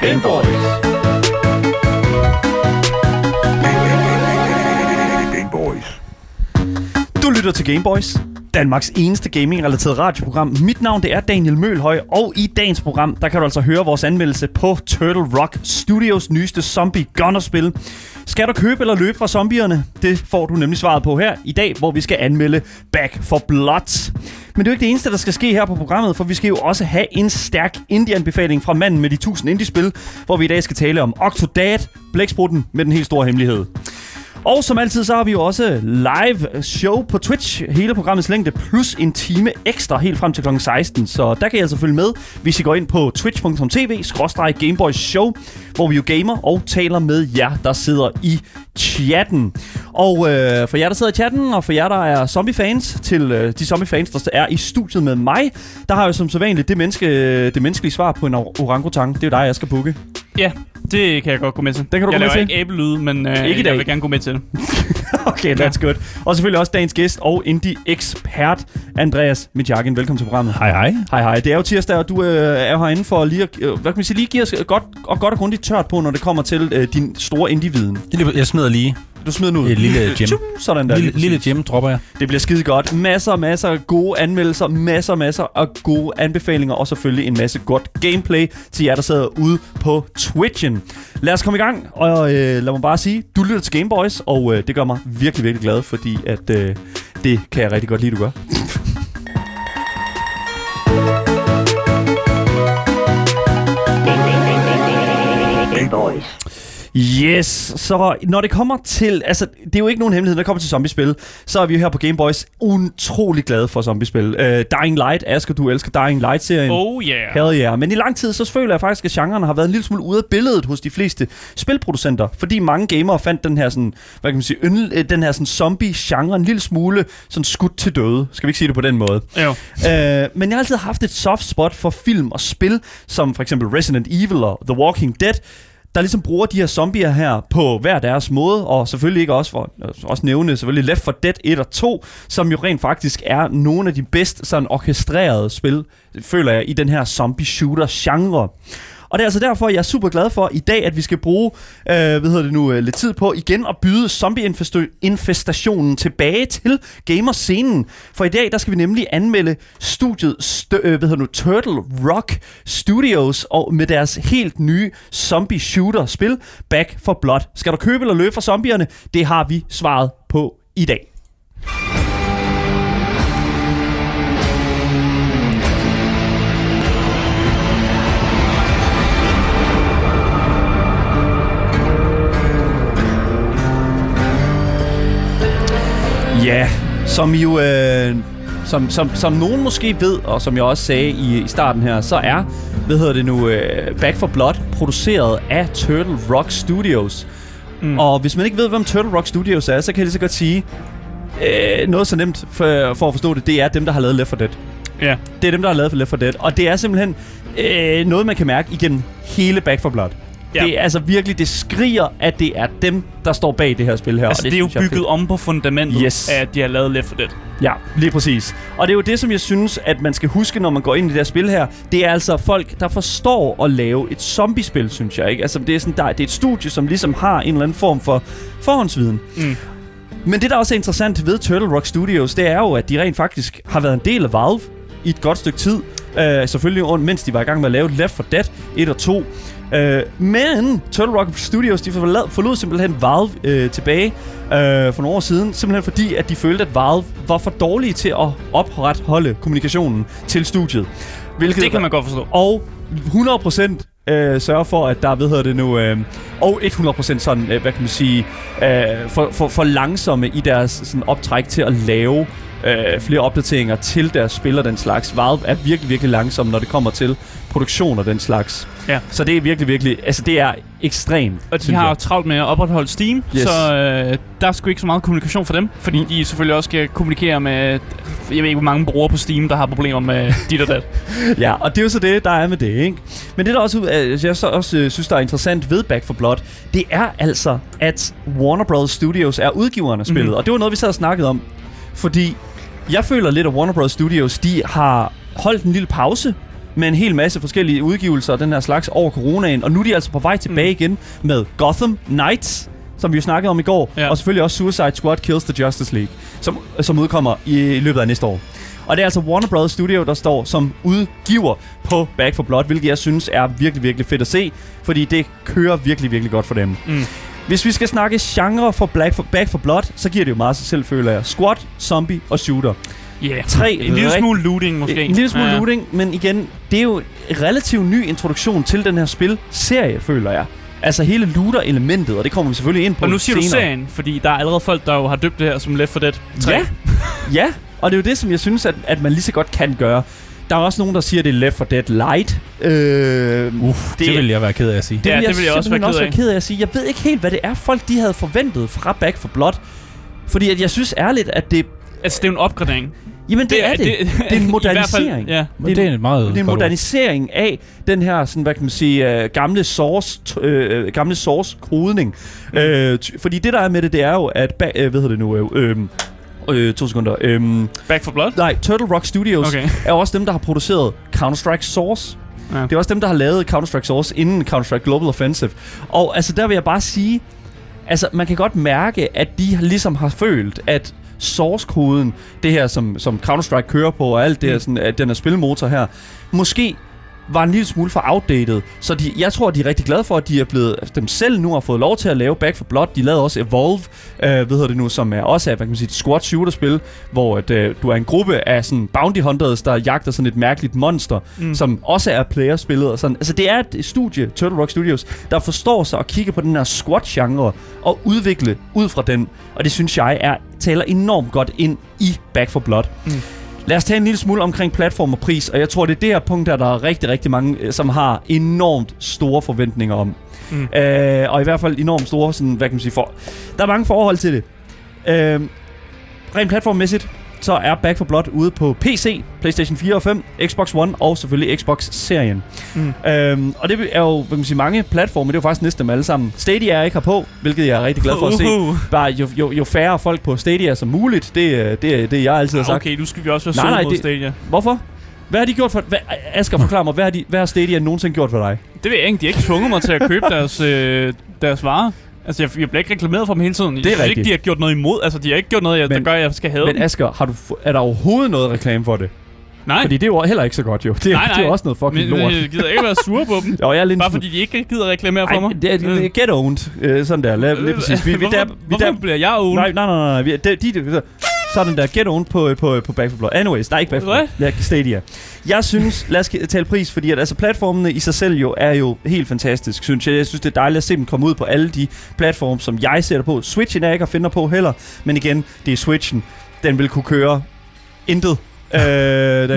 Gameboys. Du lytter til Gameboys, Danmarks eneste gaming-relateret radioprogram. Mit navn det er Daniel Mølhøj, og i dagens program der kan du altså høre vores anmeldelse på Turtle Rock Studios nyeste Zombie Gunner-spil. Skal du købe eller løbe fra zombierne? Det får du nemlig svaret på her i dag, hvor vi skal anmelde Back 4 Blood. Men det er jo ikke det eneste, der skal ske her på programmet, for vi skal jo også have en stærk indie-anbefaling fra manden med de 1000 indie-spil, hvor vi i dag skal tale om Octodad, blæksprutten med den helt store hemmelighed. Og som altid, så har vi jo også live show på Twitch. Hele programmets længde plus en time ekstra helt frem til kl. 16. Så der kan I altså følge med, hvis I går ind på twitch.tv/Gameboys Show, hvor vi jo gamer og taler med jer, der sidder i chatten. Og for jer, der sidder i chatten, og for jer, der er zombie-fans, til de zombie-fans, der er i studiet med mig, der har jo som sædvanligt det menneskelige svar på en orangutang. Det er jo dig, jeg skal bukke. Ja, det kan jeg godt gå med til. Det kan du jeg gå med til? laver ikke æblelyde, men ikke jeg vil gerne gå med til det. Okay, that's good. Og selvfølgelig også dagens gæst og indie-ekspert, Andreas Mitjakin. Velkommen til programmet. Hej, hej. Hej, hej. Det er jo tirsdag, og du er herinde for lige at, lige give os godt og grundigt tørt på, når det kommer til din store indie-viden. Jeg smider lige. Du smider den ud. Et lille gem. Sådan der. Lille gem dropper jeg. Det bliver skide godt. Masser af gode anmeldelser, masser af gode anbefalinger, og selvfølgelig en masse godt gameplay til jer, der sidder ude på Twitchen. Lad os komme i gang, og lad mig bare sige, du lytter til Gameboys, og det gør mig virkelig, virkelig glad, fordi at det kan jeg rigtig godt lide, du gør. Gameboys. Yes, så når det kommer til, altså det er jo ikke nogen hemmelighed, når det kommer til zombiespil, så er vi jo her på Gameboys utrolig glade for zombiespil. Dying Light, Asger, du elsker Dying Light-serien. Oh yeah. Hell yeah. Men i lang tid, så føler jeg faktisk, at genren har været en lille smule ude af billedet hos de fleste spilproducenter, fordi mange gamere fandt den her sådan, hvad kan man sige, den her sådan zombie-genre en lille smule sådan skudt til døde. Skal vi ikke sige det på den måde? Jo. Men jeg har altid haft et soft spot for film og spil, som for eksempel Resident Evil og The Walking Dead, der ligesom bruger de her zombier her på hver deres måde, og selvfølgelig ikke også nævne selvfølgelig Left 4 Dead 1 og 2, som jo rent faktisk er nogle af de bedst sådan orkestrerede spil, føler jeg, i den her zombie shooter genre. Og det er altså derfor, jeg er super glad for i dag, at vi skal bruge lidt tid på igen at byde zombie-infestationen tilbage til gamerscenen. For i dag, der skal vi nemlig anmelde studiet Turtle Rock Studios og med deres helt nye zombie-shooter-spil Back 4 Blood. Skal du købe eller løbe fra zombierne? Det har vi svaret på i dag. Ja, som I jo, som nogen måske ved, og som jeg også sagde i starten her, så er, Back 4 Blood produceret af Turtle Rock Studios. Og hvis man ikke ved, hvem Turtle Rock Studios er, så kan jeg lige så godt sige, noget så nemt for at forstå det, det er dem, der har lavet Left 4 Dead. Ja. Det er dem, der har lavet Left 4 Dead, og det er simpelthen noget, man kan mærke igennem hele Back 4 Blood. Ja. Det er altså virkelig, det skriger, at det er dem, der står bag det her spil her. Altså, det er jo bygget om på fundamentet, yes, af at de har lavet Left 4 Dead. Ja, lige præcis. Og det er jo det, som jeg synes, at man skal huske, når man går ind i det her spil her. Det er altså folk, der forstår at lave et zombiespil, synes jeg, ikke? Altså, det er sådan, det er et studie, som ligesom har en eller anden form for forhåndsviden. Men det, der også er interessant ved Turtle Rock Studios, det er jo, at de rent faktisk har været en del af Valve i et godt stykke tid. Selvfølgelig mens de var i gang med at lave Left 4 Dead 1 og 2. Men Turtle Rock Studios, de forlod simpelthen Valve tilbage for nogle år siden, simpelthen fordi, at de følte, at Valve var for dårlige til at opretholde kommunikationen til studiet. Det kan man godt forstå. Og 100% sørge for, at der og 100% sådan, hvad kan man sige, for langsomme i deres sådan optræk til at lave flere opdateringer til deres spil og den slags. Valve er virkelig, virkelig langsom, når det kommer til produktion og den slags. Ja. Så det er virkelig, virkelig, altså det er ekstremt. Og de har travlt med at opretholde Steam, yes, så der er sgu ikke så meget kommunikation for dem, fordi de selvfølgelig også skal kommunikere med, jeg ved ikke, hvor mange brugere på Steam, der har problemer med dit og dat. Ja, og det er jo så det, der er med det, ikke? Men det, der også, jeg så også synes, der er interessant ved Back 4 Blood, det er altså, at Warner Bros. Studios er udgiveren af spillet. Og det var noget, vi sad og snakkede om, fordi jeg føler lidt, at Warner Bros. Studios, de har holdt en lille pause med en hel masse forskellige udgivelser og den her slags over coronaen, og nu er de altså på vej tilbage igen med Gotham Knights, som vi jo snakkede om i går, og selvfølgelig også Suicide Squad Kills the Justice League, som udkommer i løbet af næste år. Og det er altså Warner Bros. Studio, der står som udgiver på Back 4 Blood, hvilket jeg synes er virkelig, virkelig fedt at se, fordi det kører virkelig, virkelig godt for dem. Hvis vi skal snakke genre for Back 4 Blood, så giver det jo meget sig selv, føler jeg. Squad, zombie og shooter. En lille smule looting måske. En lille smule looting, men igen, det er jo en relativt ny introduktion til den her spilserie, føler jeg. Altså hele looter-elementet, og det kommer vi selvfølgelig ind på senere. Og nu siger du serien, fordi der er allerede folk, der jo har døbt det her som Left 4 Dead 3. Ja, og det er jo det, som jeg synes, at man lige så godt kan gøre. Der er også nogen, der siger, at det er Left 4 Dead Light. Det vil jeg være ked af at sige. Det vil jeg også være ked af at sige. Jeg ved ikke helt, hvad det er, folk de havde forventet fra Back 4 Blood. Fordi at jeg synes ærligt, at det... Altså, det er jo en opgradering. Jamen, det er det. Det er en modernisering. Ja. Det er en meget... Det er en modernisering af den her, sådan, hvad kan man sige, gamle source-kodning. Fordi det, der er med det, det er jo, at... hvad hedder det nu? 2 sekunder. Back 4 Blood? Nej, Turtle Rock Studios er også dem, der har produceret Counter-Strike Source. Ja. Det er også dem, der har lavet Counter-Strike Source inden Counter-Strike Global Offensive. Og altså, der vil jeg bare sige... Altså, man kan godt mærke, at de ligesom har følt, at source-koden, det her, som Counter-Strike kører på, og alt det her, sådan, at den her spilmotor her, måske var en lille smule for outdated. Så jeg tror, de er rigtig glade for, at de er blevet dem selv nu har fået lov til at lave Back 4 Blood. De lavede også Evolve, som er også hvad kan man sige, et squad shooter spil, hvor du er en gruppe af sådan bounty hunters, der jagter sådan et mærkeligt monster, som også er playerspillet og sådan. Altså det er et studie, Turtle Rock Studios, der forstår sig at kigge på den her squad genre og udvikle ud fra den. Og det synes jeg taler enormt godt ind i Back 4 Blood. Lad os tage en lille smule omkring platform og pris, og jeg tror, det er det her punkt, der er rigtig, rigtig mange, som har enormt store forventninger om. Og i hvert fald enormt store, sådan, hvad kan man sige, der er mange forhold til det. Rent platformmæssigt, så er Back 4 Blood ude på PC, PlayStation 4 og 5, Xbox One og selvfølgelig Xbox-serien. Og det er jo, hvad man sige, mange platforme, det er jo faktisk næsten dem alle sammen. Stadia er ikke her på, hvilket jeg er rigtig glad for at se. Bare jo færre folk på Stadia som muligt, det er det, jeg altid har sagt. Okay, nu skal vi også være søde mod Stadia. Hvorfor? Hvad har de gjort for... Asger, forklar mig, hvad har Stadia nogensinde gjort for dig? Det ved jeg ikke. De har ikke tvunget mig til at købe deres varer. Altså, jeg bliver ikke reklameret for dem hele tiden. Det er rigtigt. Ikke, de har gjort noget imod. Altså, de har ikke gjort noget, der gør, at jeg skal have Men Asger, er der overhovedet noget reklame for det? Nej. Fordi det er jo heller ikke så godt, jo. Det er jo også noget fucking lort. Men jeg gider ikke være sur på dem. Jo, jeg er lidt bare fordi de ikke gider reklamere for mig. Det er get owned. Sådan der. Lige præcis. Hvorfor bliver jeg owned? Nej. Sådan der. Get owned på Back 4 Blood. Anyways, der er ikke Back 4 Blood. Det er Stadia. Jeg synes, lad os tale pris, fordi at, altså, platformene i sig selv jo er jo helt fantastisk, synes jeg. Jeg synes, det er dejligt at se dem komme ud på alle de platforme, som jeg sætter på. Switchen er ikke at finde på heller, men igen, det er Switchen. Den vil kunne køre intet. Jeg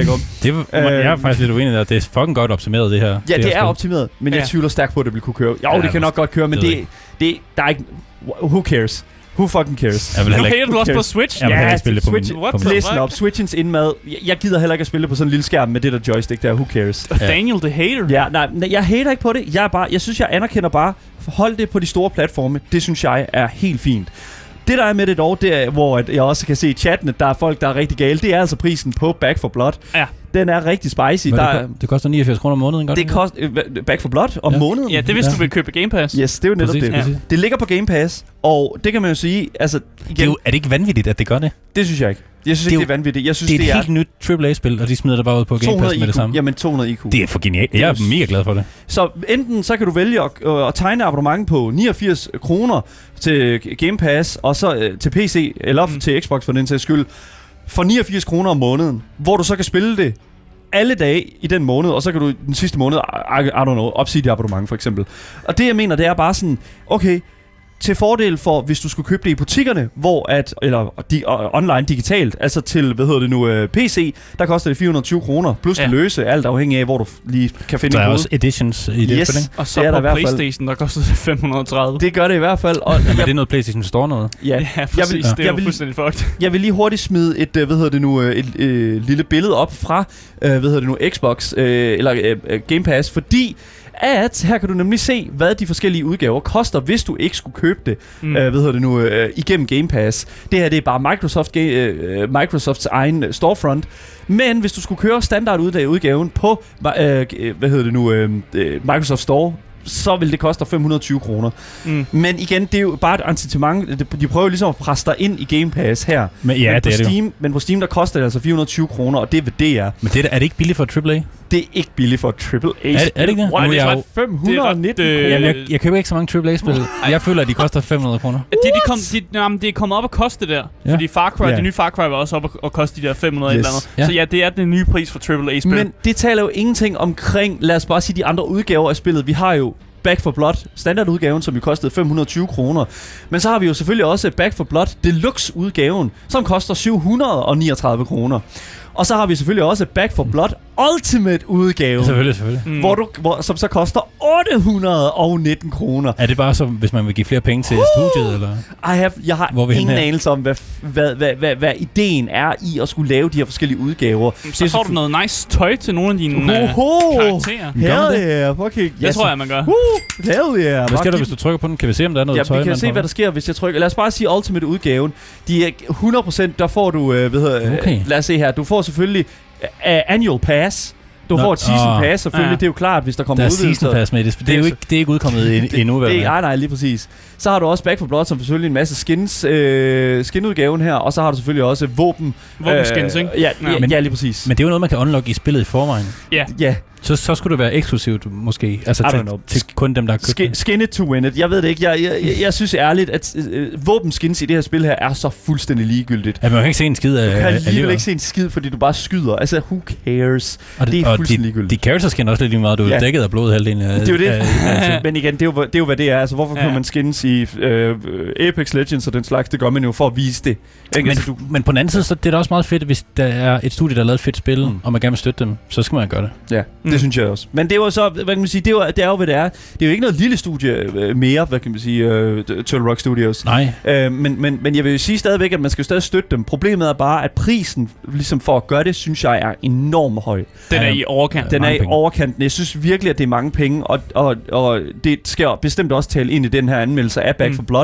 er faktisk lidt uenig der. Det er fucking godt optimeret, det her. Ja, det er optimeret, men jeg tvivler stærkt på, at det vil kunne køre. Jo, det kan nok godt køre, men der er ikke... Who cares? Who fucking cares? Nu hater du også på Switch? Jeg vil heller spille det på min... Listen op. Switchens indmad. Jeg gider heller ikke at spille det på sådan en lille skærm med det der joystick der. Who cares? Daniel the hater. Ja, nej, jeg hater ikke på det. Jeg synes, jeg anerkender bare. Hold det på de store platforme. Det synes jeg er helt fint. Det der er med det dog, det er, hvor jeg også kan se i chatten, at der er folk, der er rigtig gale. Det er altså prisen på Back 4 Blood. Ja. Den er rigtig spicy. Det koster 89 kroner om måneden, gør det? Det koster Back 4 Blood om måneden. Ja, det er hvis du vil købe Game Pass. Yes, det er jo netop det. Ja. Det ligger på Game Pass, og det kan man jo sige, altså... Igen, er det ikke vanvittigt, at det gør det? Det synes jeg ikke. Jeg synes ikke, det er vanvittigt. Jeg synes, det er et helt nyt AAA-spil, og de smider det bare ud på Game Pass med det samme. Jamen 200 IQ. Det er for genialt. Jeg er mega glad for det. Så enten så kan du vælge at tegne abonnement på 89 kroner til Game Pass, og så til PC, eller til Xbox for den sags skyld, for 89 kroner om måneden, hvor du så kan spille det alle dage i den måned, og så kan du den sidste måned, I don't know, opsige dit abonnement for eksempel. Og det jeg mener, det er bare sådan, okay, til fordel for, hvis du skulle købe det i butikkerne, online digitalt, altså til, PC, der koster det 420 kroner, plus det løse, alt afhængig af, hvor du lige kan finde en kode. Der er også editions i det spil, og så på PlayStation, der koster det 530. Det gør det i hvert fald. Og er det noget PlayStation Store noget? Ja, præcis. Det er jo fuldstændig fucked. Jeg vil lige hurtigt smide et, lille billede op fra, Xbox, eller Game Pass, fordi at her kan du nemlig se, hvad de forskellige udgaver koster, hvis du ikke skulle købe det, igennem Game Pass. Det her, det er bare Microsofts egen storefront. Men hvis du skulle køre standardudgaven på, Microsoft Store, så vil det koste 520 kroner. Men igen, det er jo bare et incitament. De prøver ligesom at presse dig ind i Game Pass her. Men på Steam, der koster det altså 420 kroner, og det er, hvad det er. Men er det ikke billigt for AAA? Det er ikke billigt for AAA. Er det ikke det? Wow, det er 519 kroner. Jeg køber ikke så mange AAA-spil. Jeg føler, at de koster 500 kroner. Det er kommet op at koste der. Ja. Fordi Far Cry, det nye Far Cry var også op at koste de der 500 eller andet. Ja. Så ja, det er den nye pris for AAA-spil. Men det taler jo ingenting omkring, lad os bare sige, de andre udgaver af spillet. Vi har jo Back 4 Blood, standardudgaven, som jo kostede 520 kroner. Men så har vi jo selvfølgelig også Back 4 Blood Deluxe-udgaven, som koster 739 kroner. Og så har vi selvfølgelig også Back 4 Blood Ultimate-udgaven. Selvfølgelig. Som så koster 819 kroner. Er det bare så, hvis man vil give flere penge til studiet, eller? Jeg har ingen anelse om, hvad ideen er i at skulle lave de her forskellige udgaver. Så får du noget nice tøj til nogle af dine karakterer. Hell yeah, fucking. Det tror jeg, man gør. Hell yeah. Hvad sker der, hvis du trykker på den? Kan vi se, om der er noget tøj? Ja, vi kan se, hvad der sker, hvis jeg trykker. Lad os bare sige Ultimate-udgaven. De er 100%, der får du, lad os se her, du får selvfølgelig annual pass. Du får et season pass, selvfølgelig. Det er jo klart, hvis der kommer udvidelser. Der er season pass med det. Det er ikke udkommet endnu. Nej, lige præcis. Så har du også Back 4 Blood, som selvfølgelig en masse skinudgaven her. Og så har du selvfølgelig også våbenskins, ikke? Ja, lige præcis. Men det er jo noget, man kan unlock i spillet i forvejen. Ja. Så skulle det være eksklusivt, måske. Altså til kun dem, der har købt Skin it to win it. Jeg ved det ikke. Jeg synes ærligt, at våbenskins i det her spil her er så fuldstændig ligegyldigt. Ja, man kan ikke se en skid af. Du kan alligevel ikke se en skid, fordi du bare skyder. Altså, who cares? Det er fuldstændig ligegyldigt. De character skin også lidt lige meget. Du er dækket af blod halvdelen. Det er jo det. Men igen, det er jo hvad det er. Altså, hvorfor kan man skins i Apex Legends og den slags? Det gør man jo for at vise det. Men på den anden side, så det er da også meget fedt, hvis der er et studie, der har lavet et fedt spil, og man gerne vil støtte dem, så skal man gøre det. Ja. Det synes jeg også. Men det er jo så, hvad kan man sige, det er jo, hvad det er. Det er jo ikke noget lille studie mere, hvad kan man sige, Turtle Rock Studios. Nej. Men jeg vil jo sige stadigvæk, at man skal stadig støtte dem. Problemet er bare, at prisen ligesom for at gøre det, synes jeg er enormt høj. Den er i overkant. Den er i overkanten. Jeg synes virkelig, at det er mange penge, og det skal bestemt også tale ind i den her anmeldelse af Back 4 Blood,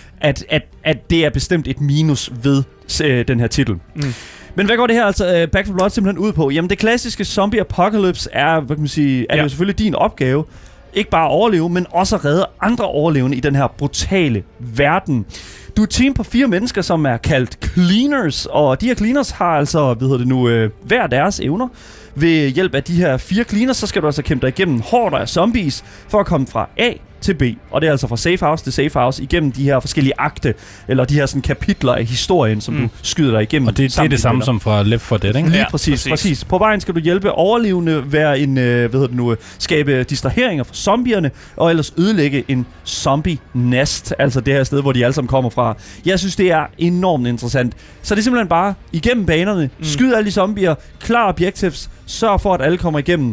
at det er bestemt et minus ved den her titel. Men hvad går det her altså Back 4 Blood simpelthen ud på? Jamen det klassiske zombie apocalypse er, hvad kan man sige, er jo selvfølgelig din opgave. Ikke bare at overleve, men også at redde andre overlevende i den her brutale verden. Du er et team på 4 mennesker, som er kaldt Cleaners, og de her Cleaners har altså, hver deres evner. Ved hjælp af de her 4 Cleaners, så skal du altså kæmpe dig igennem horder af zombies for at komme fra A til B. Og det er altså fra safe house til safe house igennem de her forskellige akte, eller de her sådan kapitler af historien, som du skyder dig igennem. Og det er det samme som fra Left 4 Dead, ikke? Lige præcis. På vejen skal du hjælpe overlevende, være en, skabe distraheringer for zombierne, og ellers ødelægge en zombie-nest, altså det her sted, hvor de alle sammen kommer fra. Jeg synes, det er enormt interessant. Så det er simpelthen bare igennem banerne, skyd alle de zombier, klar objectives, sørg for, at alle kommer igennem,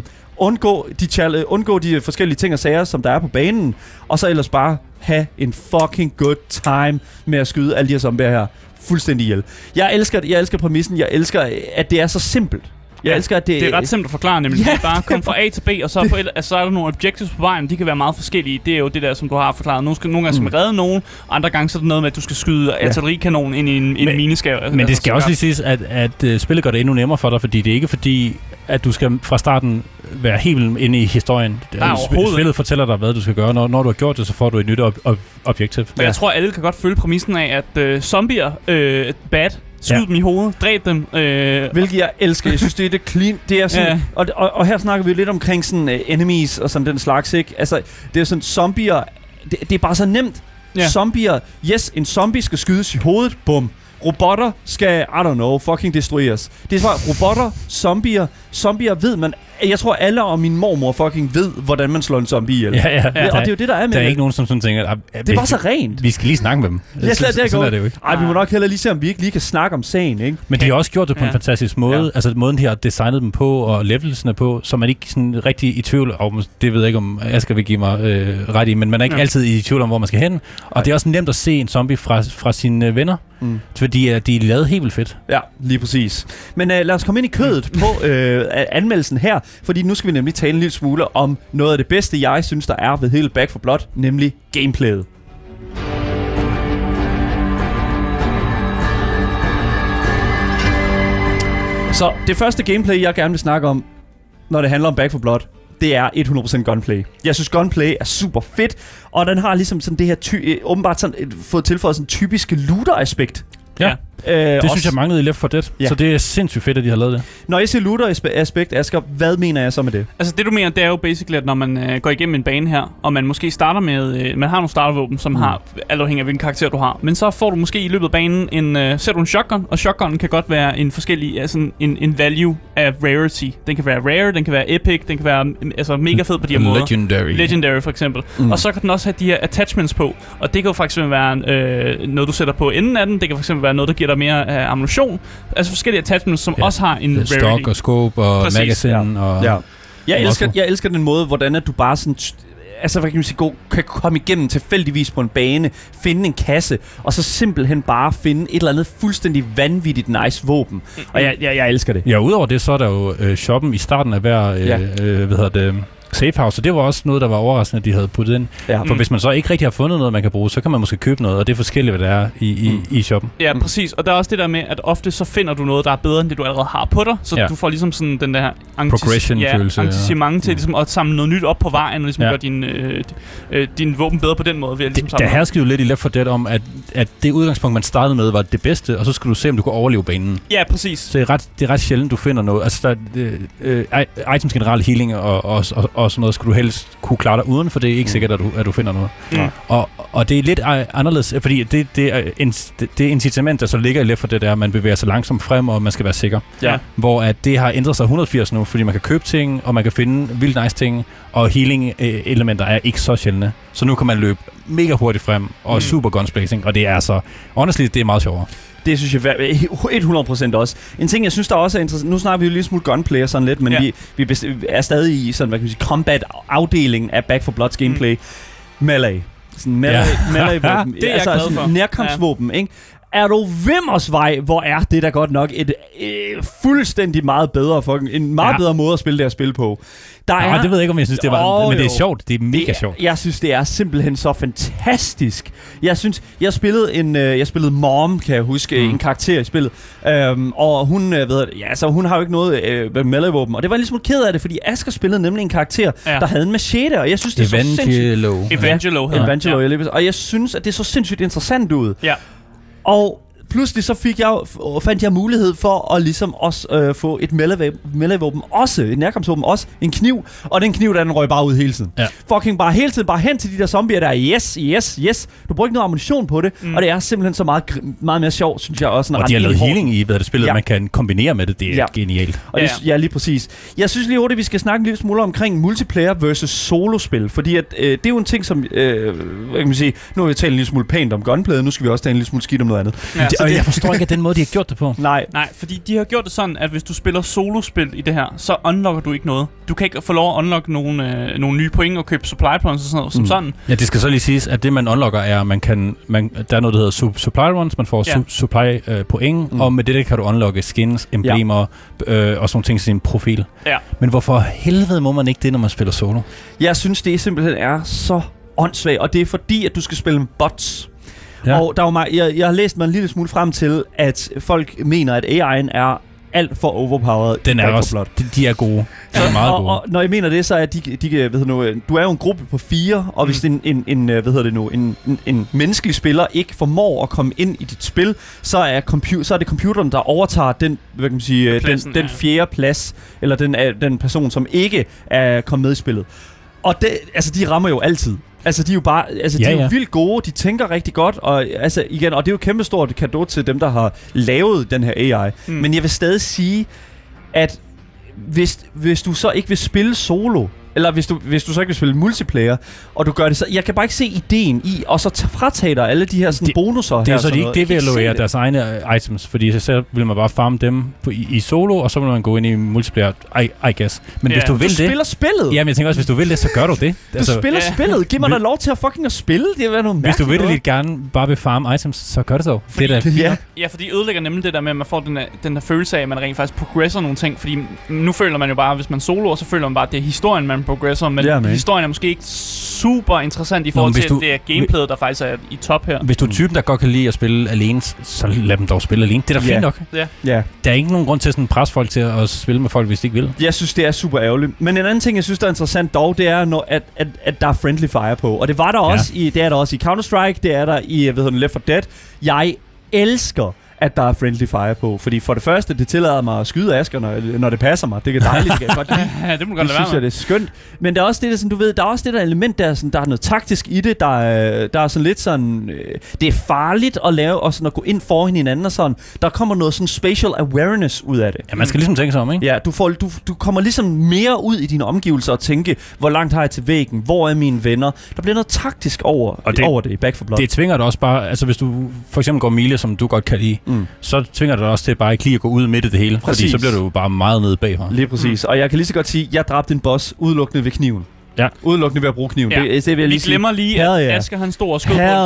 undgå de forskellige ting og sager, som der er på banen, og så ellers bare have en fucking good time med at skyde alle de her zombier her fuldstændig ihjel. Jeg elsker præmissen, jeg elsker, at det er så simpelt. Jeg elsker, at det er ret simpelt at forklare, nemlig. Det er bare komme fra A til B, og så, så er der nogle objectives på vejen. De kan være meget forskellige. Det er jo det der, som du har forklaret. Nogle gange skal man redde nogen, andre gange så er det noget med, at du skal skyde artillerikanon ind i en mineskab. Men det skal også lige siges, at spillet gør det endnu nemmere for dig, fordi det er ikke fordi, at du skal fra starten være helt inde i historien. Spillet fortæller dig, hvad du skal gøre. Når du har gjort det, så får du et nyt objektiv. Men jeg tror, alle kan godt følge præmissen af, at zombier bad. Skyd dem i hovedet, dræb dem. Hvilket jeg elsker. Jeg synes, det er clean. Det er sådan, og her snakker vi lidt omkring sådan enemies og sådan den slags, ikke? Altså, det er sådan zombier. Det er bare så nemt. Yeah. Zombier. Yes, en zombie skal skydes i hovedet. Bum. Robotter skal, fucking destrueres. Det er bare robotter, zombier. Zombier ved man. Jeg tror, alle og min mormor fucking ved, hvordan man slår en zombie ihjel. Ja. Og det er jo det, der er med der er ikke nogen, som sådan tænker... Det er bare så rent. Vi skal lige snakke med dem. Sådan er det jo ikke. Vi må nok heller lige se, om vi ikke lige kan snakke om sagen, ikke? Men de har også gjort det på en fantastisk måde. Ja. Altså måden, de har designet dem på, og levelsene på, så man ikke sådan rigtig i tvivl om... Det ved jeg ikke, om Asger vil give mig ret i, men man er ikke altid i tvivl om, hvor man skal hen. Og det er også nemt at se en zombie fra sine venner. Fordi de er lavet helt vildt fedt. Ja, lige præcis. Men lad os komme ind i kødet på anmeldelsen her, fordi nu skal vi nemlig tale en lille smule om noget af det bedste, jeg synes, der er ved hele Back 4 Blood, nemlig gameplayet. Så det første gameplay, jeg gerne vil snakke om, når det handler om Back 4 Blood, det er 100% gunplay. Jeg synes, gunplay er super fedt, og den har ligesom sådan det her åbenbart sådan, fået tilføjet sådan typiske looter-aspekt. Ja. Det synes jeg manglede i Left 4 Dead, så det er sindssygt fedt, at de har lavet det. Når jeg siger looter-aspekt, Asger, hvad mener jeg så med det? Altså det du mener, det er jo basically, at når man går igennem en bane her, og man måske starter med, man har nogle startervåben, som har, alt afhængig af hvilken karakter du har, men så får du måske i løbet af banen ser du en shotgun, og shotgunnen kan godt være en forskellig, altså en value af rarity. Den kan være rare, den kan være epic, den kan være altså mega fed på de her måder. Legendary for eksempel. Og så kan den også have de her attachments på, og det kan jo faktisk være noget, du sætter på enden af den, det kan fx være noget, der giver dig mere ammunition, altså forskellige attachments, som også har en rarity. Stock og scope og magazine og... Ja. Jeg elsker den måde, hvordan at du bare sådan... Altså, hvad kan man sige, kan komme igennem tilfældigvis på en bane, finde en kasse, og så simpelthen bare finde et eller andet fuldstændig vanvittigt nice våben. Og jeg elsker det. Ja, udover det, så er der jo shoppen i starten af hver, safehouse, og det var også noget, der var overraskende, at de havde puttet ind. Ja. For hvis man så ikke rigtig har fundet noget, man kan bruge, så kan man måske købe noget, og det er forskelligt, hvad det er i shoppen. Ja, præcis. Og der er også det der med, at ofte så finder du noget, der er bedre, end det du allerede har på dig, så du får ligesom sådan den der progression-følelse. Engagement til ligesom at samle noget nyt op på vejen, og ligesom gøre din våben bedre på den måde. Ved at ligesom der hersker jo lidt i Left 4 Dead om, at det udgangspunkt, man startede med, var det bedste, og så skal du se, om du kan overleve banen. Ja, præcis. Så det er ret sjældent, du finder noget. Altså, items generelle healing og sådan noget, skulle du helst kunne klare dig uden, for det er ikke sikkert, at du finder noget. Og det er lidt anderledes, fordi det incitament, der så ligger i Left 4 Dead, er, at man bevæger sig langsomt frem, og man skal være sikker. Ja. Hvor at det har ændret sig 180 nu, fordi man kan købe ting, og man kan finde vildt nice ting, og healing-elementer er ikke så sjældne. Så nu kan man løbe mega hurtigt frem, og super gunspacing, og det er så... Honestly, det er meget sjovere. Det synes jeg 100% også. En ting, jeg synes, der også er interessant... Nu snakker vi jo lige smule gunplay og sådan lidt, men vi er stadig i sådan, hvad kan man sige, combat-afdelingen af Back 4 Bloods gameplay. Melee. Sådan melee-våben. Det er jeg glad for. Nærkampsvåben, ikke? Er du vimmersvej, hvor er det da godt nok et fuldstændig meget bedre, en meget bedre måde at spille det her spil på. Det ved jeg ikke, om jeg synes, det var, men det er sjovt. Det er mega sjovt. Jeg synes, det er simpelthen så fantastisk. Jeg synes, jeg spillede Mom, kan jeg huske, en karakter i spillet. Og hun, hun har jo ikke noget melee-våben. Og det var ligesom ked af det, fordi Asger spillede nemlig en karakter, der havde en machete, og jeg synes, det er så sindssygt. Evangelo. Og jeg synes, at det så sindssygt interessant ud. Ja. Og pludselig så fandt jeg mulighed for at ligesom også få et melee-våben, også et nærkampsvåben, også en kniv, og den kniv, den røg bare ud hele tiden. Ja. Fucking bare hele tiden, bare hen til de der zombier der, yes. Du bruger ikke noget ammunition på det, og det er simpelthen så meget mere sjovt, synes jeg også. Og de har lavet healing i, hvad det spillet, man kan kombinere med det, det er genialt. Og lige præcis. Jeg synes lige hurtigt, vi skal snakke en lille smule omkring multiplayer versus solospil, fordi at, det er jo en ting, som, hvad kan man sige, nu har vi talt en lille smule pænt om gunplayet, nu skal vi også tale en lille smule skidt om noget andet. Ja. Og jeg forstår ikke, at den måde, de har gjort det på. Nej, fordi de har gjort det sådan, at hvis du spiller solospil i det her, så unlocker du ikke noget. Du kan ikke få lov at unlocke nogle nye point og købe supply points og sådan noget, som sådan. Ja, det skal så lige siges, at det man unlocker er, der er noget, der hedder supply runs, man får supply point, og med det kan du unlocke skins, emblemer og sådan nogle ting til sin profil. Ja. Men hvorfor helvede må man ikke det, når man spiller solo? Jeg synes, det simpelthen er så åndssvagt, og det er fordi, at du skal spille med bots. Ja. Og der var jeg har læst mig en lille smule frem til, at folk mener, at AI'en er alt for overpowered. Den er også, de er gode. De er meget gode. Og når jeg mener det, så er du er jo en gruppe på 4, og hvis en menneskelig spiller ikke formår at komme ind i dit spil, så er det computeren, der overtager den, hvad kan man sige, den fjerde plads, eller den person, som ikke er kommet med i spillet. Og de rammer jo altid. Altså, de er jo bare, de er jo vildt gode, de tænker rigtig godt, og altså igen, og det er jo kæmpestort cadeau til dem, der har lavet den her AI. Men jeg vil stadig sige, at hvis du så ikke vil spille solo, eller hvis du så ikke vil spille multiplayer, og du gør det så... Jeg kan bare ikke se ideen i, og så fratage dig alle de her sådan, bonusser. Det er så, de ikke devaluerer deres egne items, fordi så vil man bare farme dem i solo, og så vil man gå ind i multiplayer, I guess. Men hvis du vil det... Du spiller spillet! Jamen, jeg tænker også, hvis du vil det, så gør du det. Du spiller spillet! Giv mig da lov til at fucking spille! Det er noget hvis du vil det lidt gerne bare vil farme items, så gør det så. Fordi, det er ja, fordi ødelægger nemlig det der med, at man får den der følelse af, at man rent faktisk progresser nogle ting. Fordi nu føler man jo bare, hvis man soloer, så føler man bare, at det er historien, man progresser. Men historien er måske ikke super interessant i forhold til, at det er gameplayet, der faktisk er i top her. Hvis du er typen, der godt kan lide at spille alene, så lad dem dog spille alene. Det er da fint nok. Ja. Der er ikke nogen grund til at sådan presse folk til at spille med folk, hvis de ikke vil. Jeg synes, det er super ærgerligt. Men en anden ting, jeg synes, der er interessant dog, det er, at der er friendly fire på. Og det var der også det er der også i Counter-Strike, det er der i Left 4 Dead. Jeg elsker, at der er friendly fire på. Fordi for det første, det tillader mig at skyde Asger, når det passer mig. Det er dejligt, det kan jeg godt lide. Ja, det må godt synes jeg, det er skønt. Men der er også det, der, sådan, du ved, der er også det der element, der er noget taktisk i det. Der er sådan lidt sådan... det er farligt at lave, og sådan at gå ind for hinanden og sådan. Der kommer noget sådan spatial awareness ud af det. Ja, man skal ligesom tænke sig om, ikke? Ja, du kommer ligesom mere ud i dine omgivelser og tænke, hvor langt har jeg til væggen? Hvor er mine venner? Der bliver noget taktisk over det i Back 4 Blood. Det tvinger dig også bare... Altså, hvis du for eksempel går Emilia, som du godt kan lide, så tvinger det også til bare ikke lige at gå ud midt i det hele. Præcis. Fordi så bliver du bare meget nede bagfra. Lige præcis. Og jeg kan lige så godt sige, at jeg dræbte en boss udelukkende ved kniven. Ja. Udelukkende ved at bruge kniven. Ja. Det vil jeg lige glemmer lige, at Asger han stod og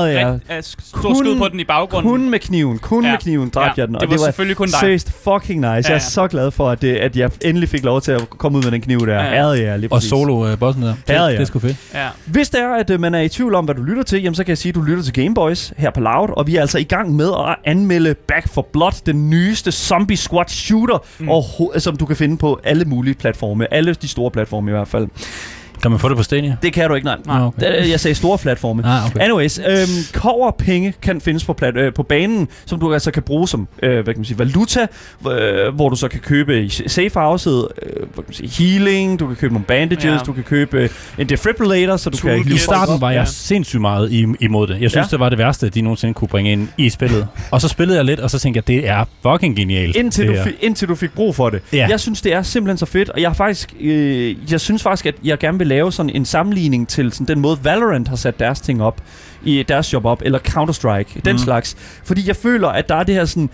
skød på den i baggrunden. Kun med kniven. Med kniven dræbte jeg den. Og det var selvfølgelig kun dig. Seriøst fucking nice. Jeg er så glad for, at jeg endelig fik lov til at komme ud med den kniv der. Og solo-bossen der. Det er sgu fedt. Ja. Hvis det er, at man er i tvivl om, hvad du lytter til, jamen, så kan jeg sige, at du lytter til Gameboys her på Loud. Og vi er altså i gang med at anmelde Back 4 Blood, den nyeste zombie squad shooter, som du kan finde på alle mulige platforme. Alle de store platforme i hvert fald. Kan man få det på Stadia? Det kan du ikke, nej. Okay. Jeg sagde store platforme. Okay. Anyways, coverpenge kan findes på banen, som du altså kan bruge som hvad kan man sige, valuta, hvor du så kan købe i safe house'et, healing, du kan købe nogle bandages, du kan købe en defibrillator, så du kan... I starten var jeg sindssygt meget imod det. Jeg synes, det var det værste, de nogensinde kunne bringe ind i spillet. Og så spillede jeg lidt, og så tænkte jeg, det er fucking genialt. Indtil du fik brug for det. Ja. Jeg synes, det er simpelthen så fedt, og jeg synes faktisk, at jeg gerne vil lave sådan en sammenligning til sådan den måde Valorant har sat deres ting op i deres job op, eller Counter-Strike, den slags. Fordi jeg føler, at der er det her sådan,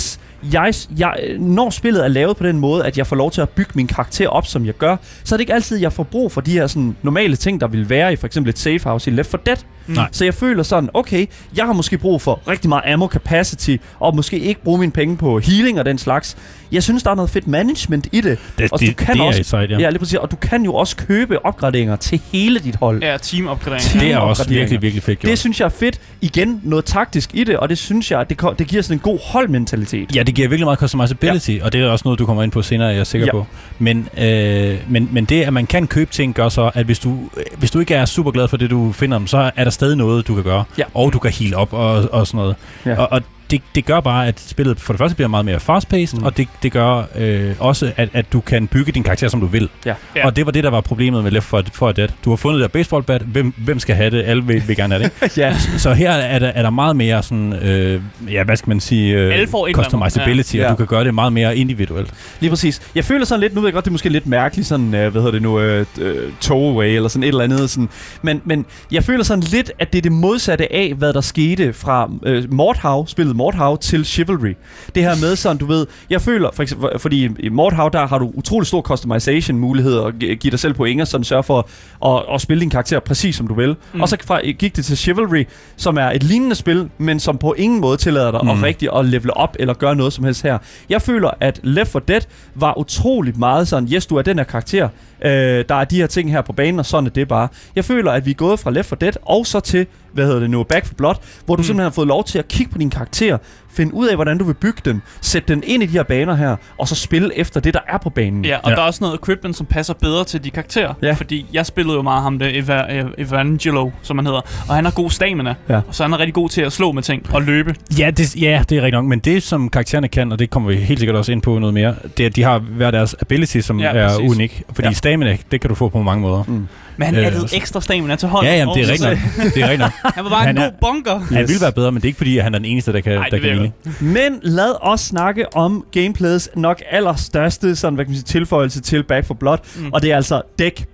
når spillet er lavet på den måde, at jeg får lov til at bygge min karakter op, som jeg gør, så er det ikke altid, jeg får brug for de her sådan normale ting, der vil være i for eksempel et safe house i Left 4 Dead. Så jeg føler sådan, okay, jeg har måske brug for rigtig meget ammo capacity, og måske ikke bruge mine penge på healing og den slags. Jeg synes, der er noget fedt management i det. Lige præcis. Og du kan jo også købe opgraderinger til hele dit hold. Ja, team-opgraderinger. Det er også virkelig, virkelig fedt gjort. Det synes jeg er fedt. Igen, noget taktisk i det, og det synes jeg, det giver sådan en god holdmentalitet. Ja, det giver virkelig meget customizability, og det er også noget, du kommer ind på senere, jeg er sikker på. Men det, at man kan købe ting, gør så, at hvis du ikke er super glad for det, du finder dem, så er der stadig noget, du kan gøre. Ja. Og du kan heal op og sådan noget. Ja. Og det gør bare, at spillet for det første bliver meget mere fast-paced, og det gør også, at du kan bygge din karakter, som du vil. Ja. Og det var det, der var problemet med Left 4 Dead. Du har fundet der baseballbat, hvem skal have det? Alle vil gerne have det. Ja. Så her er der meget mere sådan, hvad skal man sige, customizability, og du kan gøre det meget mere individuelt. Lige præcis. Jeg føler sådan lidt, nu ved jeg godt, det er måske lidt mærkeligt, sådan, throwaway, eller sådan et eller andet, sådan. Men jeg føler sådan lidt, at det er det modsatte af, hvad der skete fra spillet Mordhav til Chivalry. Det her med sådan, du ved, jeg føler, for eksempel, fordi i Mordhav, der har du utrolig stor customization mulighed og give dig selv point og sådan sørge for at spille din karakter præcis som du vil. Og så gik det til Chivalry, som er et lignende spil, men som på ingen måde tillader dig at rigtig at levele op eller gøre noget som helst her. Jeg føler, at Left 4 Dead var utroligt meget sådan, yes, du er den her karakter, der er de her ting her på banen, og sådan er det bare. Jeg føler, at vi er gået fra Left 4 Dead og så til, Back 4 Blood, hvor du simpelthen har fået lov til at kigge på din karakter, finde ud af, hvordan du vil bygge den, sætte den ind i de her baner her, og så spille efter det, der er på banen. Ja, og der er også noget equipment, som passer bedre til de karakterer. Fordi jeg spillede jo meget ham, Evangelo, som han hedder, og han har god stamina, og så han er rigtig god til at slå med ting og løbe. Ja, det er rigtig nok, men det, som karaktererne kan, og det kommer vi helt sikkert også ind på noget mere, det er, at de har hver deres ability, som er unik. Fordi stamina, det kan du få på mange måder. Men han addede ekstra stamina til hånden. Ja, jamen, det er rigtigt nok. Det er rigtigt nok. Han var bare en god bunker. Han ville være bedre, men det er ikke fordi, at han er den eneste, der kan lide. Men lad os snakke om gameplayets nok allerstørste sådan, hvad kan man sige, tilføjelse til Back 4 Blood, og det er altså deck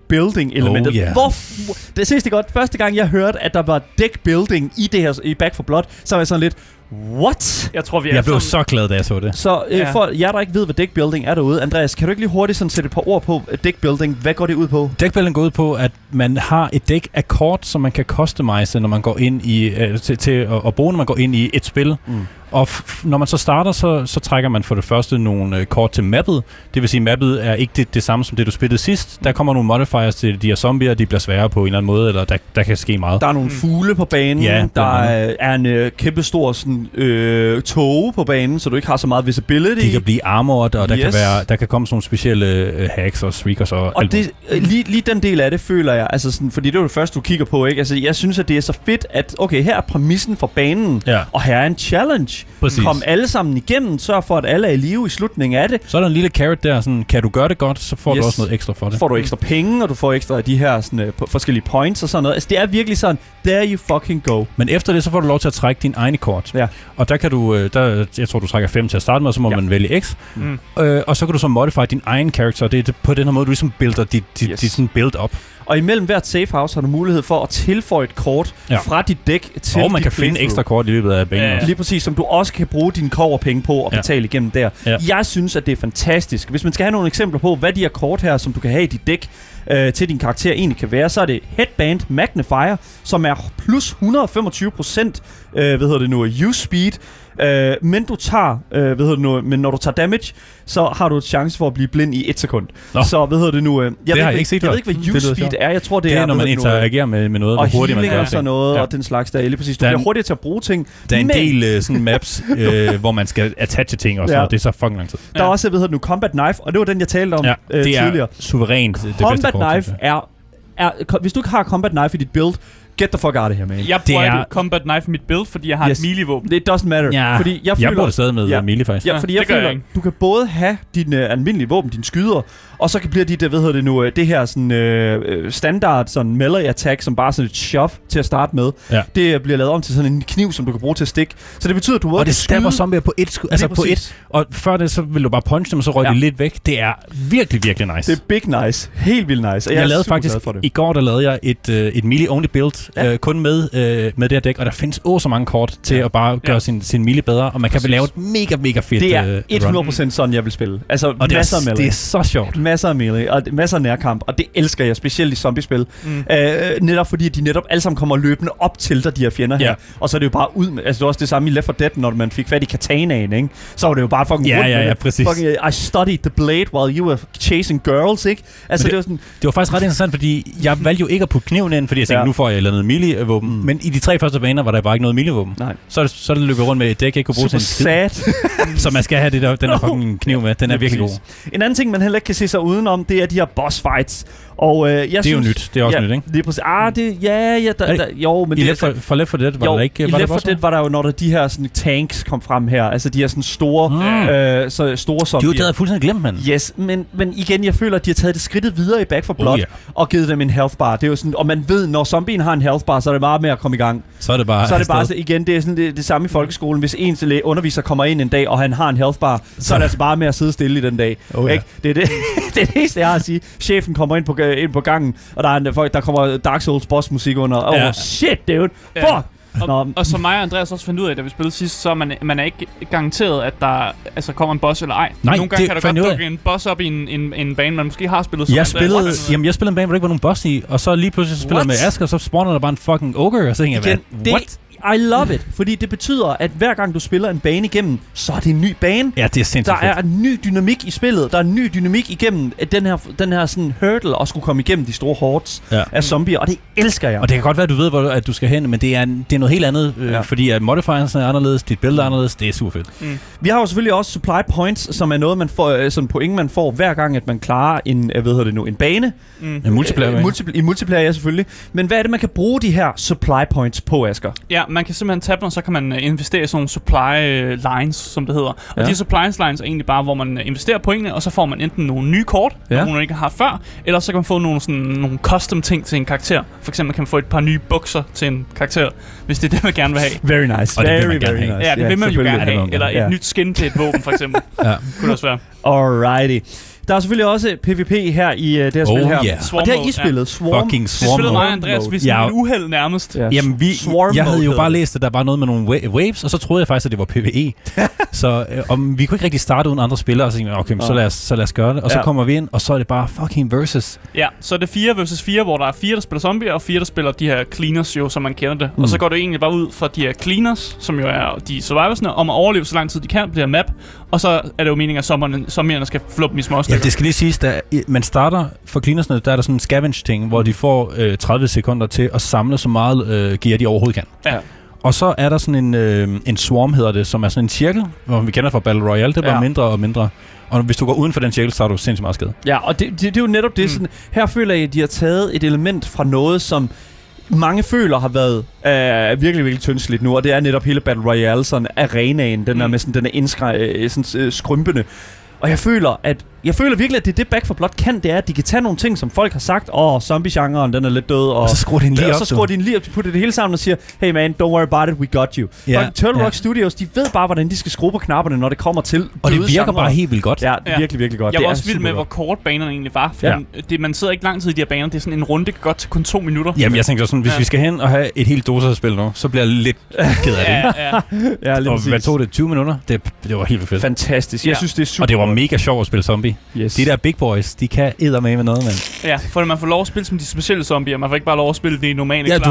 building elementet. Det ses det godt. Første gang jeg hørte, at der var deck building i det her i Back 4 Blood, så var jeg sådan lidt, what? Jeg blev så glad, da jeg så det. Så for jer, der ikke ved, hvad deck building er derude, Andreas, kan du ikke lige hurtigt sådan sætte et par ord på deck building? Hvad går det ud på? Deck building går ud på, at man har et deck af kort, som man kan customize, når man går ind i til at bruge, når man går ind i et spil. Og når man så starter, så trækker man for det første nogle kort til mappet. Det vil sige, mappet er ikke det samme som det, du spillede sidst. Der kommer nogle modifiers til de her zombier, de bliver sværere på en eller anden måde, eller der kan ske meget. Der er nogle fugle på banen, der er en kæmpe stor sådan, tåge på banen, så du ikke har så meget visibility. De kan blive armored, og der kan komme sådan nogle specielle hacks og streakers og alt det, lige den del af det føler jeg, altså sådan, fordi det er jo det første, du kigger på, ikke? Altså, jeg synes, at det er så fedt, at okay, her er præmissen for banen, og her er en challenge. Præcis. Kom alle sammen igennem, sørg for, at alle er i live i slutningen af det. Så er der en lille carrot der, sådan, kan du gøre det godt, så får du også noget ekstra for det. Så får du ekstra penge, og du får ekstra af de her sådan, forskellige points og sådan noget. Altså, det er virkelig sådan, there you fucking go. Men efter det, så får du lov til at trække din egne kort. Ja. Og der kan du, jeg tror, du trækker 5 til at starte med, og så må man vælge X. Og så kan du så modify din egen character, og det er på den her måde, du ligesom builder dit sådan build op. Og imellem hvert safe house har du mulighed for at tilføje et kort fra dit dæk til og man kan finde ekstra kort i løbet af banen. Lige præcis, som du også kan bruge dine coverpenge på og betale igennem der. Ja. Jeg synes, at det er fantastisk. Hvis man skal have nogle eksempler på, hvad de her kort her, som du kan have i dit dæk, til din karakter egentlig kan være, så er det Headband Magnifier, som er plus 125% use speed. Men du tager, men når du tager damage, så har du et chance for at blive blind i 1 sekund. Så jeg ved ikke, hvad use speed er. Jeg tror, det er når man interagerer med noget, hvor hurtigt man gør og sådan noget, og den slags der. Lige præcis. Du bliver hurtigere til at bruge ting. Der er en del sådan maps, hvor man skal attache ting og sådan noget. Det er så fucking lang tid. Der er også, Combat Knife, og det var den, jeg talte om tidligere. Det er suverænt det bedste kort. Combat Knife er... Hvis du ikke har Combat Knife i dit build, get the fuck out of here, man. Jeg bruger Combat Knife i mit build, fordi jeg har et melee-våben. It doesn't matter. Ja. Fordi jeg bruger det stadig med melee, faktisk. Ja, fordi jeg føler, du kan både have dine almindelige våben, dine skyder, og så bliver det her sådan, standard sådan melee attack, som bare sådan et shove til at starte med. Ja. Det bliver lavet om til sådan en kniv, som du kan bruge til at stikke. Så det betyder, at du og det stabber zombier på et skud, altså på et. Og før det, så vil du bare punche dem, og så røg de lidt væk. Det er virkelig, virkelig nice. Det er big nice. Helt vildt nice. Og jeg lavede faktisk, i går der lavede jeg et melee-only build, kun med det her dæk, og der findes så mange kort til at bare gøre sin melee bedre, og man kan lave et mega, mega fedt det er 100% sådan, jeg vil spille. Altså, og masser af melee. Det er så sjovt. Masser af melee, og masser af nærkamp, og det elsker jeg, specielt i zombiespil. Netop fordi de netop alle sammen kommer løbende op til dig, de her fjender her. Og så er det jo bare ud med, altså det er også det samme i Left 4 Dead, når man fik fat i katanaen, ikke? Så var det jo bare fucking rundt med præcis. Fucking, I studied the blade while you were chasing girls, ikke? Altså det var sådan... Det var faktisk ret interessant, fordi jeg valgte jo ikke at putte kniven ind, fordi jeg tænkte, nu får jeg noget melee-våben. Men i de 3 første baner var der bare ikke noget melee-våben. Så er det løbet rundt med et dæk, jeg ikke kunne bruge til en skid. Så man skal have den der fucking kniv med. Den er virkelig god. En anden ting, man heller ikke kan se sig udenom, det er de her boss fights. Og jeg det er jo nyt. Det er også nyt, ikke? Det er præcis. Men i Left 4 Dead var der ikke. I Left 4 Dead var der jo, når de her sådan, tanks kom frem her, altså de her sådan store zombier. Det havde jeg fuldstændig glemt, mand. Yes, men igen, jeg føler, at de har taget det skridtet videre i Back 4 Blood og givet dem en health bar. Det er jo sådan, og man ved, når zombien har en health bar, så er det bare med at komme i gang. Så er det bare igen, det er sådan det samme i folkeskolen. Hvis en underviser kommer ind en dag, og han har en health bar, så er det altså bare med at sidde stille i den dag. Ikke? Det er det eneste, jeg har at sige. Chefen kommer ind på gangen, og der kommer Dark Souls boss musik under. Shit, dude. Fuck! Og som mig og Andreas også fandt ud af, da vi spillede sidst, så er man er ikke garanteret, at der kommer en boss eller ej. Nogle gange kan der godt dukke en boss op i en bane, man måske har spillet. Jeg spillede en bane, hvor der ikke var nogen boss i, og så lige pludselig spiller jeg med Asger, og så spawner der bare en fucking ogre, og så tænker jeg, what? I love it, fordi det betyder, at hver gang du spiller en bane igennem, så er det en ny bane. Ja, det er sindssygt. Der er en ny dynamik i spillet. Der er en ny dynamik igennem den her sådan hurdle og skulle komme igennem de store hordes af zombier, og det elsker jeg. Og det kan godt være, at du ved, hvor at du skal hen, men det er noget helt andet, fordi at modifiers er anderledes, dit billede er anderledes, det er super fedt. Vi har jo selvfølgelig også supply points, som er noget, man får, sådan point, man får hver gang, at man klarer en bane. En multiplayer. I multiplayer, ja, selvfølgelig. Men hvad er det, man kan bruge de her supply points på, Asger? Ja, man kan simpelthen tabe dem, så kan man investere i sådan nogle supply lines, som det hedder. Og de supply lines er egentlig bare, hvor man investerer pointene, og så får man enten nogle nye kort, nogle man ikke har før, eller så kan man få nogle custom ting til en karakter. For eksempel kan man få et par nye bukser til en karakter, hvis det er det, man gerne vil have. Very nice. Very nice. Ja, det vil man jo gerne have. Eller et nyt skin til et våben, for eksempel. Kunne også være. Alrighty. Der er selvfølgelig også PvP her i det her spil her. Yeah. Og det har I spillet. Swarm. Fucking Swarm. Det spillede mig og Andreas, vi sådan et uheld nærmest. Ja. Jamen, jeg havde jo bare læst, at der var noget med nogle waves, og så troede jeg faktisk, at det var PvE. Så vi kunne ikke rigtig starte uden andre spillere, og så tænkte jeg, okay, så lad os gøre det. Og så kommer vi ind, og så er det bare fucking versus. Ja, så er det 4 versus 4, hvor der er 4, der spiller zombier, og 4, der spiller de her cleaners jo, som man kender det. Og så går det egentlig bare ud fra de her cleaners, som jo er de survivorsne, om at overleve så lang tid de kan på det her map. Og så er det jo meningen, at zombierne skal fluppe dem i små stykker. Ja, det skal lige siges, at man starter for cleanersne, der er der sådan en scavenge-ting, hvor de får 30 sekunder til at samle så meget gear, de overhovedet kan. Ja. Og så er der sådan en swarm, hedder det, som er sådan en cirkel, hvor vi kender fra Battle Royale, det er bare mindre og mindre. Og hvis du går uden for den cirkel, så er du sindssygt meget skade. Ja, og det er jo netop det. Sådan, her føler jeg, at de har taget et element fra noget, som mange føler har været virkelig, virkelig tyndsligt nu, og det er netop hele Battle Royale, sådan arenaen, den er med sådan, den er skrympende. Og jeg føler virkelig, at det er det Back 4 Blood kan, det er, at de kan tage nogle ting, som folk har sagt, zombie-genren, den er lidt død, og så skruer de den lige op. Og så skruer de den lige op, de putter det hele sammen og siger, hey man, don't worry about it, we got you. Yeah. Turtle Rock Studios, de ved bare, hvordan de skal skrue på knapperne, når det kommer til og det virker bare helt vildt godt. Ja, det er virkelig, virkelig godt. Jeg var også vild med, hvor kort banerne egentlig var. For man sidder ikke lang tid i de her baner, det er sådan en runde, det kan godt til kun 2 minutter. Jamen, jeg tænker sådan, hvis vi skal hen og have et helt Dota-spil nu, så bliver jeg lidt ked af det. Ja, og hvad tog det? 20 minutter? Det var helt fedt. Fantastisk. Jeg synes, det er super. Og det var mega sjovt at spille zombie. Yes. De der big boys, de kan eddermame med noget, mand. Ja, for man får lov at spille som de specielle zombier. Man får ikke bare lov at spille de normale du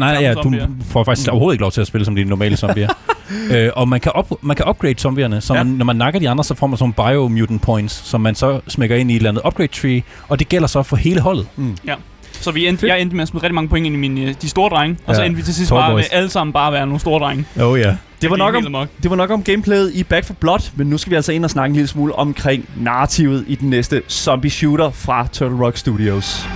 får faktisk overhovedet ikke lov til at spille som de normale zombier. Og man kan upgrade zombierne, så når man nakker de andre, så får man sådan biomutant points, som man så smækker ind i et eller andet upgrade tree, og det gælder så for hele holdet. Ja. Så jeg endte med at smide rigtig mange point ind i de store drenge, og så endte vi til sidst bare med alle sammen bare være nogle store drenge. Oh ja. Det var nok om gameplayet i Back 4 Blood, men nu skal vi altså ind og snakke en lille smule omkring narrativet i den næste zombie shooter fra Turtle Rock Studios.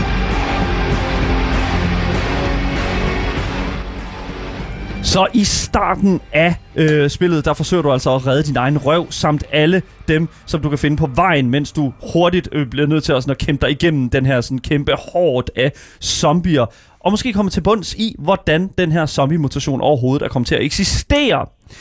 Så i starten af spillet, der forsøger du altså at redde din egen røv, samt alle dem, som du kan finde på vejen, mens du hurtigt bliver nødt til at kæmpe dig igennem den her sådan kæmpe horde af zombier. Og måske komme til bunds i, hvordan den her zombie-mutation overhovedet er kommet til at eksistere.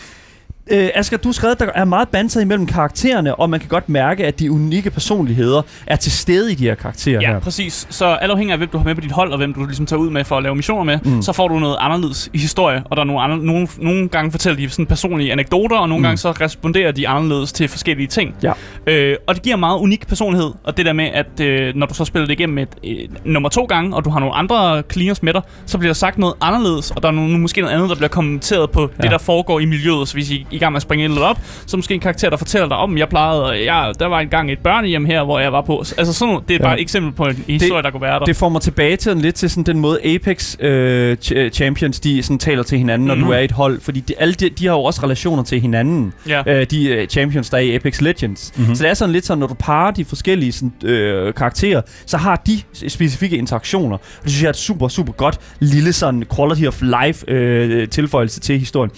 Asger, du har skrevet, at der er meget banter imellem karaktererne, og man kan godt mærke, at de unikke personligheder er til stede i de her karakterer her. Ja, præcis. Så alt afhængig af, hvem du har med på dit hold, og hvem du ligesom tager ud med for at lave missioner med, så får du noget anderledes i historie, og der er nogle gange fortæller de sådan personlige anekdoter, og nogle gange så responderer de anderledes til forskellige ting. Ja. Og det giver meget unik personlighed, og det der med, at når du så spiller det igennem nummer 2 gange, og du har nogle andre cleaners med dig, så bliver der sagt noget anderledes, og der er måske noget andet, der bliver kommenteret på det, der foregår i miljøet. Så hvis I gang med at springe ind op, så måske en karakter, der fortæller dig om, der var engang et børnehjem her, hvor jeg var på. Altså sådan, det er bare et eksempel på en historie, der kunne være der. Det får mig tilbage til lidt til sådan den måde Apex Champions, de sådan taler til hinanden, når du er i et hold, fordi de har jo også relationer til hinanden. Ja. De champions, der er i Apex Legends. Så det er sådan lidt sådan, når du parer de forskellige sådan, karakterer, så har de specifikke interaktioner. Det synes jeg er et super, super godt lille sådan quality of life tilføjelse til historien.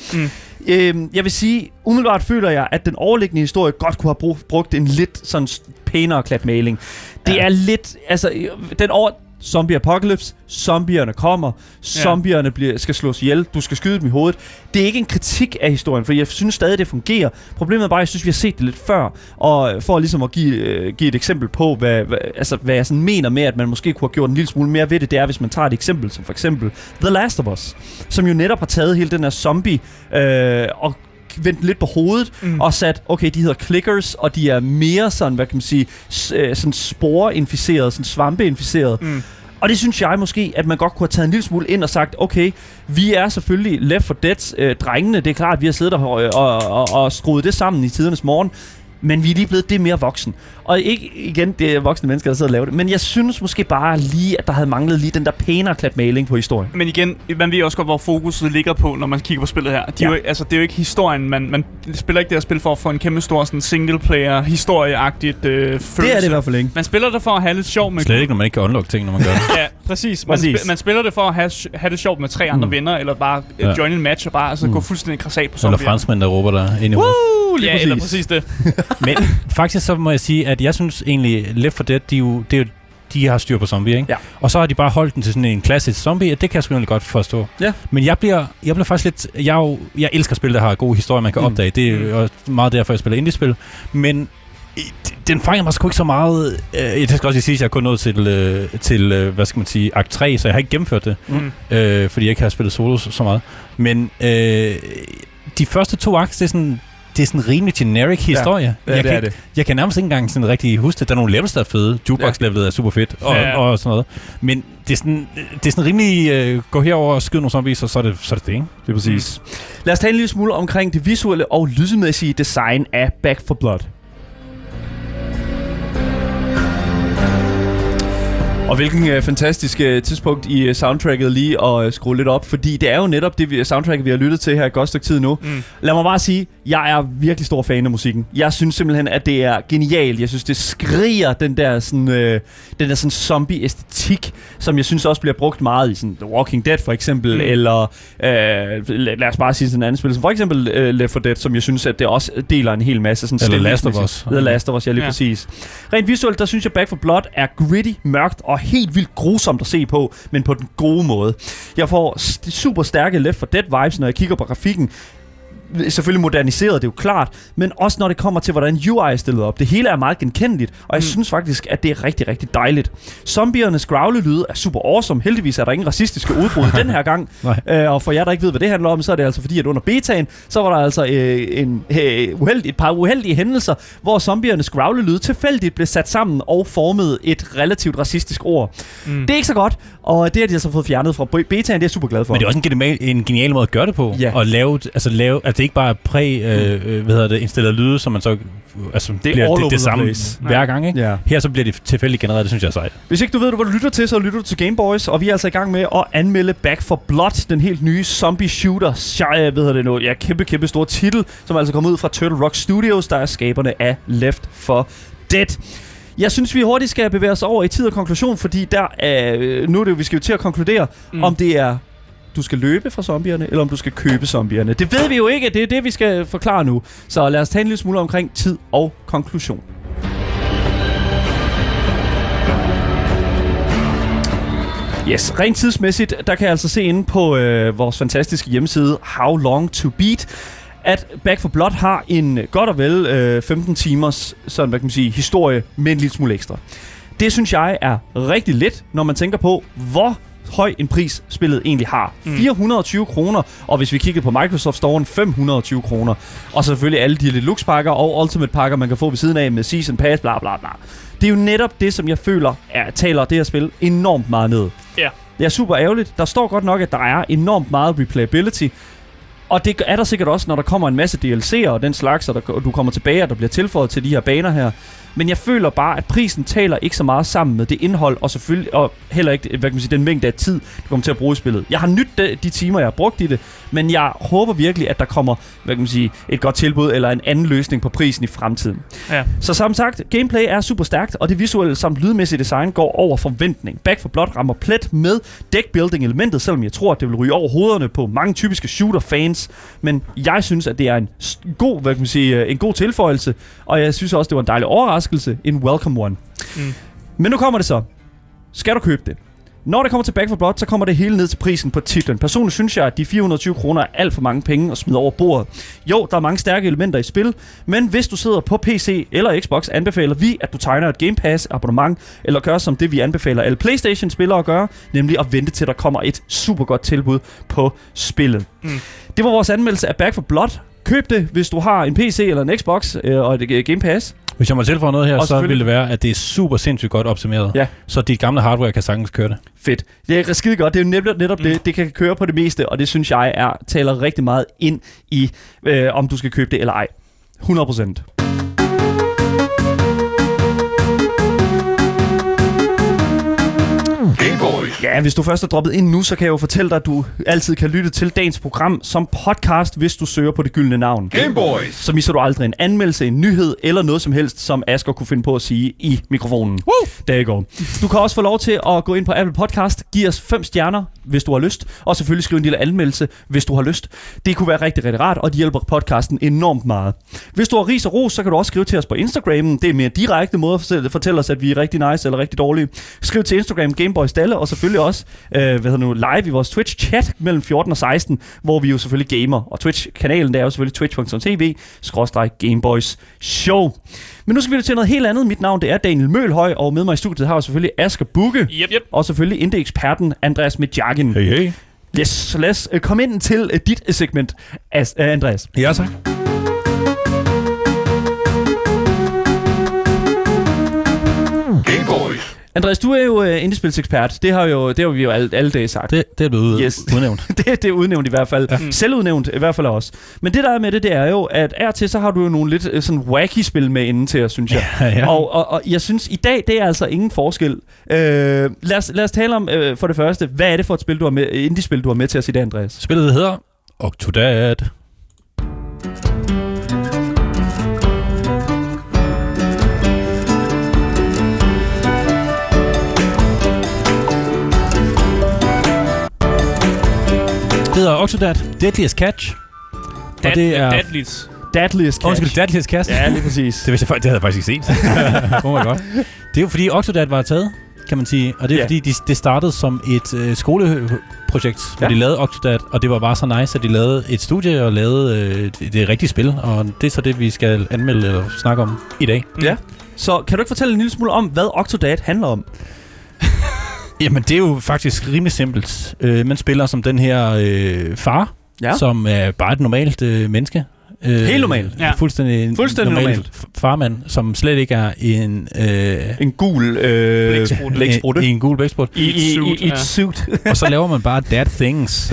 Jeg vil sige, umiddelbart føler jeg, at den overliggende historie godt kunne have brugt en lidt sådan pænere klatmaling. Det er lidt, altså, zombie apocalypse, zombierne kommer, zombierne skal slås ihjel, du skal skyde dem i hovedet. Det er ikke en kritik af historien, for jeg synes stadig, det fungerer. Problemet er bare, jeg synes, vi har set det lidt før, og for ligesom at give et eksempel på, hvad jeg sådan mener med, at man måske kunne have gjort en lille smule mere ved det, det er, hvis man tager et eksempel, som for eksempel The Last of Us, som jo netop har taget hele den her zombie og vendt lidt på hovedet og sat, okay, de hedder clickers, og de er mere sådan, hvad kan man sige, sådan sporeinficeret, sådan svampeinficeret. Og det synes jeg måske, at man godt kunne have taget en lille smule ind og sagt, okay, vi er selvfølgelig Left 4 Dead drengene, det er klart, at vi har siddet og skruet det sammen i tidernes morgen, men vi er lige blevet det mere voksen. Og ikke igen, det er voksne mennesker, der sidder og laver det, men jeg synes måske bare lige, at der havde manglet lige den der pænere klatmaling på historien. Men igen, man ved også godt, hvor fokuset ligger på, når man kigger på spillet her. Det er jo ikke historien, man spiller ikke det her spil for at få en kæmpe stor sådan single-player, historieagtigt følelse. Det er det i hvert fald ikke. Man spiller det for at have lidt sjov med... Slet ikke, når man ikke kan unlock ting, når man gør det. Ja, præcis. Man spiller det for at have det sjovt med 3 andre venner, eller bare join en match og bare gå fuldstændig krasat på zombier. Eller franskmænd, der råber der ind i hovedet. Ja, eller præcis det. Men faktisk så må jeg sige, at jeg synes egentlig, Left 4 Dead, de har styr på zombie, ikke? Ja. Og så har de bare holdt den til sådan en klassisk zombie, og det kan jeg sgu egentlig godt forstå. Ja. Men jeg bliver faktisk lidt... Jeg elsker spil, der har gode historier, man kan opdage. Det er jo meget derfor, jeg spiller indie-spil. Men Den fanger mig sgu ikke så meget. Jeg skal også lige sige, at jeg er kun nået til hvad skal man sige, akt 3, så jeg har ikke gennemført det, fordi jeg ikke har spillet solo så meget. Men de første 2 akter, det er sådan en rimelig generic historie. Ja, jeg kan nærmest ikke engang sådan rigtig huske det. Der er nogle levels, der er fede. Jukebox-levelet er super fedt, og sådan noget. Men det er sådan rimelig gå herover og skyde nogle zombies, og så er det det, ikke? Det er præcis. Lad os tale en lille smule omkring det visuelle og lydmæssige design af Back 4 Blood. Og hvilken fantastisk tidspunkt i soundtracket lige at skrue lidt op, fordi det er jo netop det soundtrack, vi har lyttet til her et godt stykke tid nu. Lad mig bare sige, jeg er virkelig stor fan af musikken. Jeg synes simpelthen, at det er genialt. Jeg synes, det skriger den der sådan zombie-æstetik, som jeg synes også bliver brugt meget i sådan The Walking Dead for eksempel, eller lad os bare sige sådan en anden spil, som for eksempel Left 4 Dead, som jeg synes, at det også deler en hel masse sådan eller Last of Us. The Last of Us, ja, lige præcis. Rent visuelt, der synes jeg, Back 4 Blood er gritty, mørkt og helt vildt grusomt at se på, men på den gode måde. Jeg får super stærke Left 4 Dead vibes, når jeg kigger på grafikken. Selvfølgelig moderniseret, det er jo klart, men også når det kommer til, hvordan UI er stillet op. Det hele er meget genkendeligt, og jeg synes faktisk, at det er rigtig, rigtig dejligt. Zombiernes growlelyde er super awesome. Heldigvis er der ingen racistiske udbrud den her gang. Og for jer, der ikke ved, hvad det handler om, så er det altså fordi, at under betaen, så var der altså et par uheldige hændelser, hvor zombiernes growlelyde tilfældigt blev sat sammen og formede et relativt racistisk ord. Det er ikke så godt, og det har de altså fået fjernet fra betaen, det er jeg super glad for. Men det er også en genial måde at gøre det på. Ja. Og lave det er ikke bare installeret lyde, som man så det bliver det samme hver gang, ikke? Yeah. Her så bliver det tilfældigt genereret, det synes jeg er sejt. Hvis ikke du ved, hvad du lytter til, så lytter du til Game Boys, og vi er altså i gang med at anmelde Back 4 Blood, den helt nye zombie shooter, kæmpe store titel, som er altså kommet ud fra Turtle Rock Studios, der er skaberne af Left 4 Dead. Jeg synes, vi hurtigt skal bevæge os over i tid og konklusion, fordi vi skal jo til at konkludere, om det er du skal løbe fra zombierne, eller om du skal købe zombierne. Det ved vi jo ikke, det er det, vi skal forklare nu. Så lad os tage en lille smule omkring tid og konklusion. Yes, rent tidsmæssigt, der kan jeg altså se inde på vores fantastiske hjemmeside How Long to Beat, at Back 4 Blood har en godt og vel 15 timers sådan, hvad kan man sige, historie med en lille smule ekstra. Det synes jeg er rigtig lidt, når man tænker på, hvor høj en pris spillet egentlig har. 420 kroner, og hvis vi kigger på Microsoft Store'en, 520 kroner. Og så selvfølgelig alle de Deluxe-pakker og Ultimate-pakker, man kan få ved siden af med Season Pass, bla bla bla. Det er jo netop det, som jeg føler, taler det her spil enormt meget ned. Ja. Det er super ærgerligt. Der står godt nok, at der er enormt meget replayability, og det er der sikkert også, når der kommer en masse DLC'er og den slags, og du kommer tilbage, og der bliver tilføjet til de her baner her. Men jeg føler bare, at prisen taler ikke så meget sammen med det indhold, og selvfølgelig og heller ikke hvad kan man sige, den mængde af tid, du kommer til at bruge i spillet. Jeg har nydt de timer, jeg har brugt i det, men jeg håber virkelig, at der kommer hvad kan man sige, et godt tilbud eller en anden løsning på prisen i fremtiden. Ja. Så som sagt, gameplay er super stærkt, og det visuelle samt lydmæssige design går over forventning. Back 4 Blood rammer plet med deckbuilding-elementet, selvom jeg tror, at det vil ryge over hovederne på mange typiske shooter-fans. Men jeg synes, at det er en god, hvad kan man sige, en god tilføjelse, og jeg synes også, det var en dejlig overraskelse. En welcome one. Men nu kommer det så. Skal du købe det? Når det kommer til Back 4 Blood, så kommer det hele ned til prisen på titlen. Personligt synes jeg, at de 420 kroner er alt for mange penge at smide over bordet. Jo, der er mange stærke elementer i spil, men hvis du sidder på PC eller Xbox, anbefaler vi, at du tegner et Game Pass abonnement, eller gør som det, vi anbefaler alle PlayStation-spillere at gøre, nemlig at vente til, der kommer et super godt tilbud på spillet. Det var vores anmeldelse af Back 4 Blood. Køb det, hvis du har en PC eller en Xbox og et Game Pass. Hvis jeg må tilføje noget her, så vil det være, at det er super sindssygt godt optimeret. Ja. Så dit gamle hardware kan sagtens køre det. Fedt. Det er skide godt. Det er jo netop det. Det kan køre på det meste, og det synes jeg taler rigtig meget ind i, om du skal købe det eller ej. 100%. Ja, hvis du først er droppet ind nu, så kan jeg jo fortælle dig, at du altid kan lytte til dagens program som podcast, hvis du søger på det gyldne navn. Game Boys! Så misser du aldrig en anmeldelse, en nyhed eller noget som helst, som Asger kunne finde på at sige i mikrofonen. Der går. Du kan også få lov til at gå ind på Apple Podcast, give os 5 stjerner, hvis du har lyst. Og selvfølgelig skriv en lille anmeldelse, hvis du har lyst. Det kunne være rigtig, rigtig rart, og det hjælper podcasten enormt meget. Hvis du har ris og ros, så kan du også skrive til os på Instagram. Det er mere direkte måde at fortælle os, at vi er rigtig nice eller rigtig dårlige. Skriv til Instagram Gameboys Dalle, og selvfølgelig også live i vores Twitch-chat mellem 14 og 16, hvor vi jo selvfølgelig gamer. Og Twitch-kanalen, der er jo selvfølgelig twitch.tv/Gameboys Show. Men nu skal vi til noget helt andet. Mit navn det er Daniel Mølhøj, og med mig i studiet har jeg selvfølgelig Asger Bugge. Yep. Og selvfølgelig indie-eksperten Andreas Midjakin. Hey. Yes, så lad os komme ind til dit segment, Andreas. Ja, tak. Andreas, du er jo indiespilsekspert. Det har vi jo alle dage sagt. Det er blevet udnævnt. det er udnævnt i hvert fald. Ja. Selvudnævnt i hvert fald også. Men det der er med det er jo, at til så har du jo nogle lidt sådan wacky spil med inden til os, synes jeg. Ja. Og jeg synes, i dag, det er altså ingen forskel. Lad os tale om for det første, hvad er det for et spil, indiespil, du har med til os i dag, Andreas? Spillet hedder Octodad. Det hedder Octodad, Deadliest Catch. Og det er Deadliest Catch. Undskyld, Deadliest Catch. Ja, lige præcis. Det havde jeg faktisk ikke set. Oh my god. Det er jo fordi Octodad var taget, kan man sige. Og det er fordi, det startede som et skoleprojekt, hvor de lavede Octodad. Og det var bare så nice, at de lavede et studie og lavede det rigtige spil. Og det er så det, vi skal anmelde eller snakke om i dag. Ja. Så kan du ikke fortælle en lille smule om, hvad Octodad handler om? Jamen, det er jo faktisk rimelig simpelt. Man spiller som den her far, som er bare et normalt menneske. Helt normalt? Ja. Fuldstændig normalt. Farmand, som slet ikke er en gul blæksprutte. En gul blæksprutte. I et suit. Og så laver man bare dad things.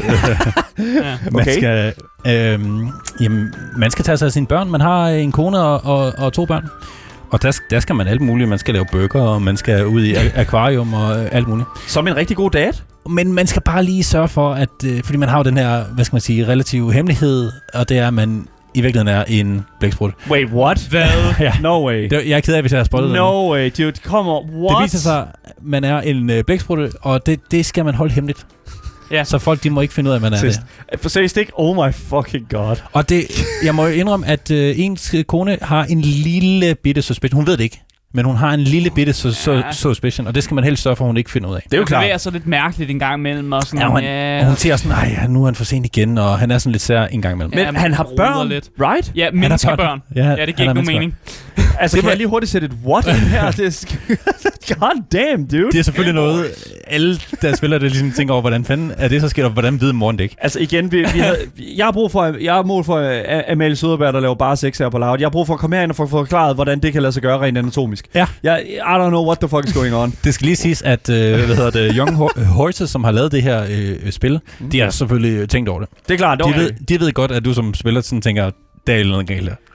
Man skal tage sig af sine børn. Man har en kone og 2 børn. Og der skal man alt muligt. Man skal lave burger, og man skal ud i akvarium og alt muligt. Som en rigtig god dad. Men man skal bare lige sørge for, at fordi man har jo den her, hvad skal man sige, relativ hemmelighed, og det er, at man i virkeligheden er en blæksprut. Wait, what? Hvad? Ja. No way. Jeg er ked af, hvis jeg har spottet det. No way, dude. Come on. What? Det viser sig, at man er en blæksprut, og det skal man holde hemmeligt. Ja. Så folk, de må ikke finde ud af, at man er det. For seriøst ikke? Oh my fucking god. Og jeg må jo indrømme, at ens kone har en lille bitte suspicion. Hun ved det ikke, men hun har en lille bitte suspicion, og det skal man helst sørge for, at hun ikke finder ud af. Det er jo klart. Det er så lidt mærkeligt en gang imellem. Og sådan, og hun siger sådan, nej, nu er han for sent igen, og han er sådan lidt sær en gang imellem. Men han har børn, lidt. Right? Ja, menneskebørn. Ja, det giver ikke nogen mening. Altså, kan jeg lige hurtigt sætte et what ind her? God damn, dude. Det er selvfølgelig noget, alle der spiller det ligesom tænker over, hvordan fanden er det så sket, og hvordan ved morgen det ikke? Altså igen, jeg har mål for Amalie Søderberg, der laver bare sex her på Loud. Jeg har brug for at komme herind og få forklaret, hvordan det kan lade sig gøre rent anatomisk. Ja. I don't know what the fuck is going on. Det skal lige siges, at Young Horses, som har lavet det her spil, de har selvfølgelig tænkt over det. Det er klart. De ved godt, at du som spiller sådan tænker, der er noget galt her.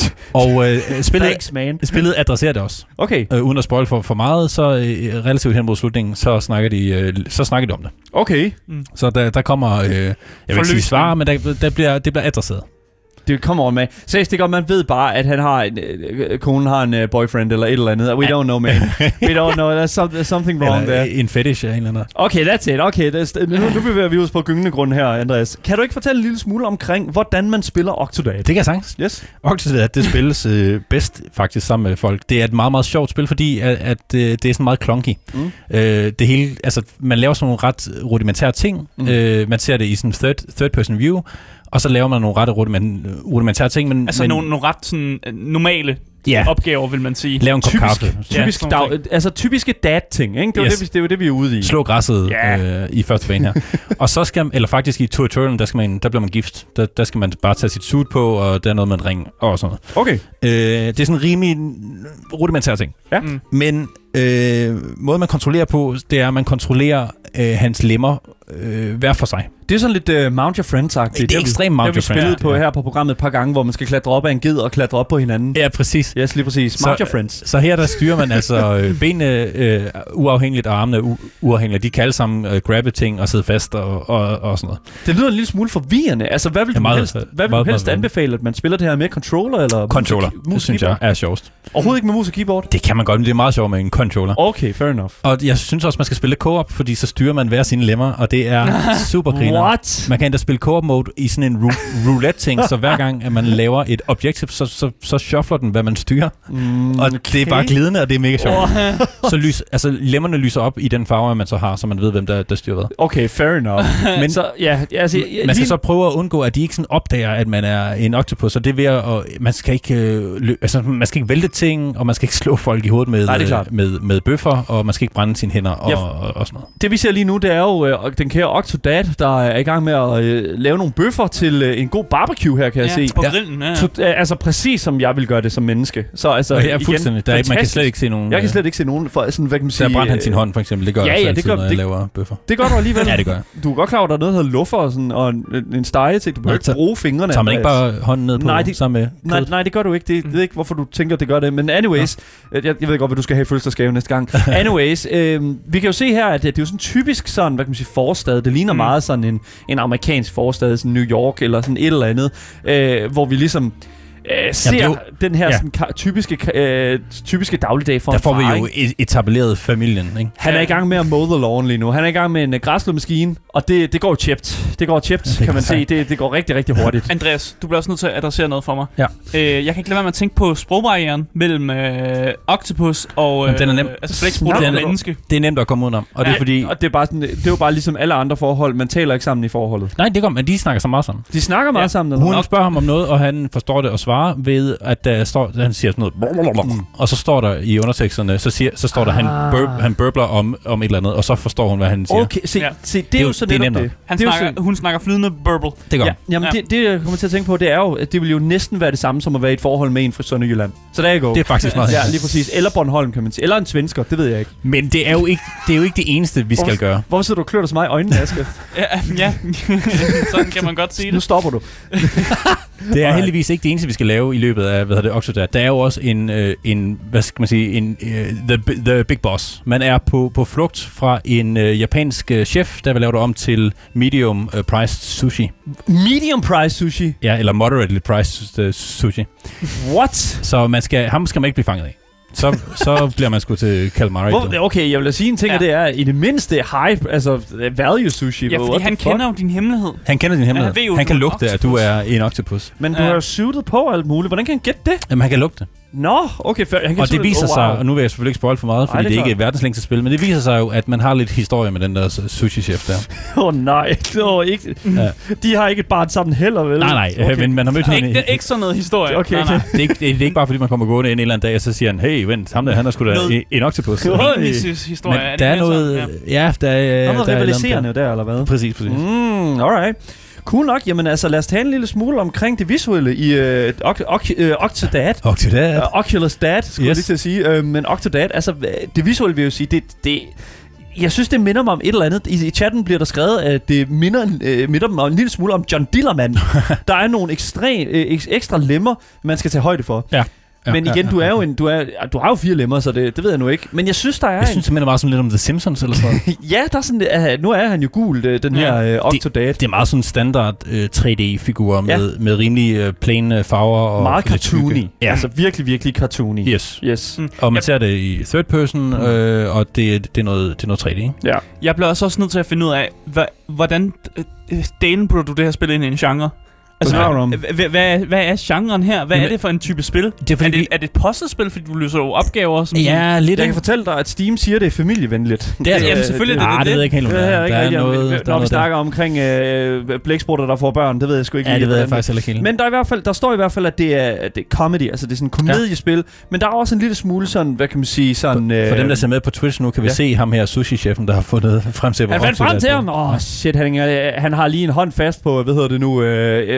Og spillet adresserer det også. Okay. Uden at spoil for meget, så relativt hen mod slutningen, så snakker de om det. Okay. Så der kommer, jeg vil ikke sige svar, men det bliver adresseret. Det kommer over med. Seriøst, det godt, man ved bare, at han har konen har en boyfriend eller et eller andet. We don't know, man. We don't know. There's something wrong there. En fetish af en eller anden. Okay, that's it. Okay, nu bevæger vi os på gyngende grund her, Andreas. Kan du ikke fortælle en lille smule omkring, hvordan man spiller Octodad? Det kan jeg sagtens. Yes. Octodad, det spilles bedst faktisk sammen med folk. Det er et meget, meget sjovt spil, fordi at det er sådan meget clunky. Det hele, altså, man laver sådan nogle ret rudimentære ting. Man ser det i sådan third person view. Og så laver man nogle ret rudimentære ting. Men, altså nogle ret sådan, normale opgaver, vil man sige. Lave en kop kaffe. Typiske dad-ting, ikke? Det er jo det, vi er ude i. Slå græsset i første bane her. Og så skal eller faktisk i Tutorial, der bliver man gift. Der skal man bare tage sit suit på, og der er noget med en ring og sådan noget. Okay. Det er sådan en rimelig rudimentære ting. Ja. Men måden man kontrollerer på, det er, at man kontrollerer hans lemmer hver for sig. Det er sådan lidt Mount Your Friends-agtigt. Det er ekstremt Mount Your Friends. Det har vi spillet på her på programmet et par gange, hvor man skal klatre op af en ged og klatre op på hinanden. Ja, præcis. Yes, lige præcis. Mount Your Friends. Så her der styrer man altså benene uafhængigt og armene uafhængigt. De kan alle sammen grabbe ting og sidde fast og sådan noget. Det lyder en lille smule forvirrende. Altså, hvad vil du helst anbefale, at man spiller det her med controller eller controller? Det synes jeg er sjovest. Overhovedet ikke med mus og keyboard? Det kan man godt, men det er meget sjovt med en controller. Okay, fair enough. Og jeg synes også, man skal spille co-op, fordi så styrer man hver sine lemmer, og det er super griner. What? Man kan endda spille co-op mode i sådan en roulette-ting, så hver gang, at man laver et objektiv, så shuffler den, hvad man styrer. Og det er bare glidende, og det er mega sjovt. Så lemmerne lyser op i den farve, man så har, så man ved, hvem der styrer hvad. Okay, fair enough. Men så, man skal så prøve at undgå, at de ikke sådan opdager, at man er en octopus, og det er ved at man skal ikke vælte ting, og man skal ikke slå folk i hovedet med bøffer, og man skal ikke brænde sine hænder og sådan noget. Det vi ser lige nu, det er jo den kære Octodad, der er i gang med at lave nogle bøffer til en god barbecue her, kan jeg se. På grillen, altså præcis som jeg vil gøre det som menneske. Så altså fuldstændig. Man kan slet ikke se nogen. Jeg kan slet ikke se nogen for sådan, hvad kan man sige. Der brændte han sin hånd for eksempel. Det gør jeg altid, når jeg laver bøffer. Det gør du alligevel. Ja, det gør jeg. Du er godt klar over, at der er noget, der hedder luffer og sådan, og en stege til. Du behøver ikke bruge fingrene. Tager man ikke bare hånden ned på sammen med Nej, det gør du ikke. Det ved ikke, hvorfor du tænker, det gør det. Men anyways, jeg ved godt, hvad du skal have i fødselsdagsgave næste gang. Anyways, vi kan jo se her, at det er jo sådan typisk sådan, hvad kan man sige, forstad. Det ligner meget sådan en amerikansk forstad, sådan New York eller sådan et eller andet, hvor vi ligesom ser den her sådan, typiske dagligdag for der en far. Der får vi jo etableret familien, ikke? Han er i gang med at mow the lawn lige nu. Han er i gang med en græsslåmaskine, og det går chipped. Det går chipped, kan man se. Det går rigtig, rigtig hurtigt. Andreas, du bliver også nødt til at adressere noget for mig. Ja. Jeg kan ikke lade være med at tænke på sprogbarrieren mellem octopus og den er nem. Altså blæksprut og menneske. Det er nemt at komme udenom, og det er fordi... Og det er bare sådan, det er jo bare ligesom alle andre forhold. Man taler ikke sammen i forholdet. Nej, det går, men de snakker så meget sammen. De snakker meget sammen. Eller? Hun spørger ham om noget, og han forstår det og svarer ved, at han siger sådan noget, og så står der i underteksterne, så står der, han burbler om et eller andet, og så forstår hun, hvad han siger. Okay, se det er jo så netop det. Hun snakker flydende burble. Det gør Jamen, det jeg kommer til at tænke på, det er jo, at det vil jo næsten være det samme, som at være i et forhold med en fra Sønderjylland. Så der er go. Det er faktisk meget. Ja, lige præcis. Eller Bornholm, kan man sige. Eller en svensker, det ved jeg ikke. Men det er jo ikke det eneste, vi skal gøre. Hvorfor sidder du og klør dig så meget i øjnene, Asger? Ja. Sådan kan man godt sige det. Nu stopper du. Det er heldigvis ikke det eneste, vi skal lave i løbet af, Octodad. Der er jo også en hvad skal man sige, the big boss. Man er på flugt fra en japansk chef, der vil lave det om til medium priced sushi. Medium priced sushi? Ja, eller moderately priced sushi. What? Så ham skal man ikke blive fanget af. Så bliver man sgu til calamari. Okay, jeg vil sige en ting, og det er i det mindste high, altså value sushi. Ja, fordi han kender jo din hemmelighed. Han kender din hemmelighed. Han kan lugte, at du er en octopus. Men du har jo suited på alt muligt. Hvordan kan han gætte det? Jamen, han kan lugte. Nå, okay. Og det viser sig, og nu vil jeg selvfølgelig ikke spoil for meget, fordi det er ikke et verdenslængste spil, men det viser sig jo, at man har lidt historie med den der sushi-chef der. Nej, ikke. Ja. De har ikke et barn sammen heller, vel? Nej, okay. Men man har mødt hende. Det er ikke sådan noget historie. Okay. Nej. Det er ikke bare, fordi man kommer gående ind en eller anden dag, og så siger han, hey, vent, ham der, han er sgu da en octopus. Historie. Men der er noget... Ja, der er noget rivaliserende der, eller hvad? Præcis. Alright. Cool nok. Jamen altså, lad os tale en lille smule omkring det visuelle i Octodad. Oculus Dad, skulle jeg lige til at sige. Men Octodad, altså det visuelle vil jeg jo sige, det jeg synes, det minder mig om et eller andet. I chatten bliver der skrevet, at det minder mig en lille smule om John Dillermand. Der er nogle ekstra lemmer, man skal tage højde for. Ja. Men igen, du har jo 4 lemmer, så det ved jeg nu ikke. Men jeg synes, der er Jeg synes, det minder meget sådan lidt om The Simpsons eller sådan noget. Ja, der er sådan, nu er han jo gul, den her Octodad. Det er meget sådan standard 3D-figur med rimelig plain farver. Og meget cartoony. Ja. Altså virkelig, virkelig cartoony. Yes. Og man ser det i third person, og det er noget 3D, ikke? Ja. Jeg bliver også nødt til at finde ud af, hvordan delen putter du det her spil ind i en genre? Altså, hvad er genren her? Hvad er det for en type spil? Er det et puzzle-spil, fordi du løser jo opgaver? Som ja, lidt. Jeg kan fortælle dig, at Steam siger, det er familievenligt. Det er jamen, selvfølgelig det. Det ved jeg ikke helt, når vi snakker omkring blæksprutter, der får børn, det ved jeg sgu ikke. Ja, det ved jeg faktisk heller ikke helt. Men der står i hvert fald, at det er comedy, altså det er sådan en komediespil. Men der er også en lille smule sådan, hvad kan man sige, sådan... For dem, der ser med på Twitch nu, kan vi se ham her, sushi-chefen, der har fundet frem til... Han fandt frem til ham! Shit, han har lige en hånd fast på,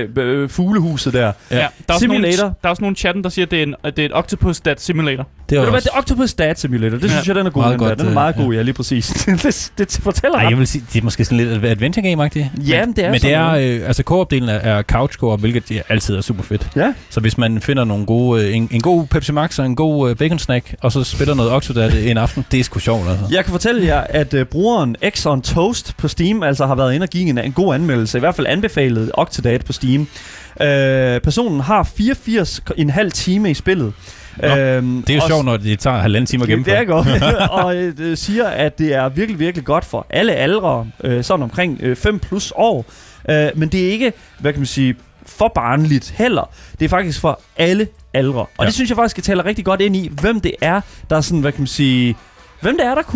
fuglehuset der. Ja. Der Simulator. er også nogle chatten, der siger, at det er et Octopus Dad Simulator. Det er Octopus Dad Simulator. Det synes jeg, den er god. Den er meget god, ja, lige præcis. det fortæller jeg vil sige, det er måske sådan lidt adventure game-agtigt. Ja, det er. Men det er, altså co-op-delen er couch co-op, hvilket altid er super fedt. Ja. Så hvis man finder nogle gode, en god Pepsi Max og en god bacon snack, og så spiller noget Octodad en aften, det er sgu sjovt. Altså. Jeg kan fortælle jer, at brugeren X on Toast på Steam altså har været inde og give en god anmeldelse, i hvert fald anbefalet Octodad på Steam. Personen har 84,5 timer i spillet. Det er jo sjovt, når det tager 1,5 time at gennemføre. Det er godt. Og siger, at det er virkelig, virkelig godt for alle aldre, sådan omkring 5 plus år. Men det er ikke, hvad kan man sige, for barnligt heller. Det er faktisk for alle aldre. Og det synes jeg faktisk, taler rigtig godt ind i, hvem det er, der er sådan, hvad kan man sige... Hvem det er, der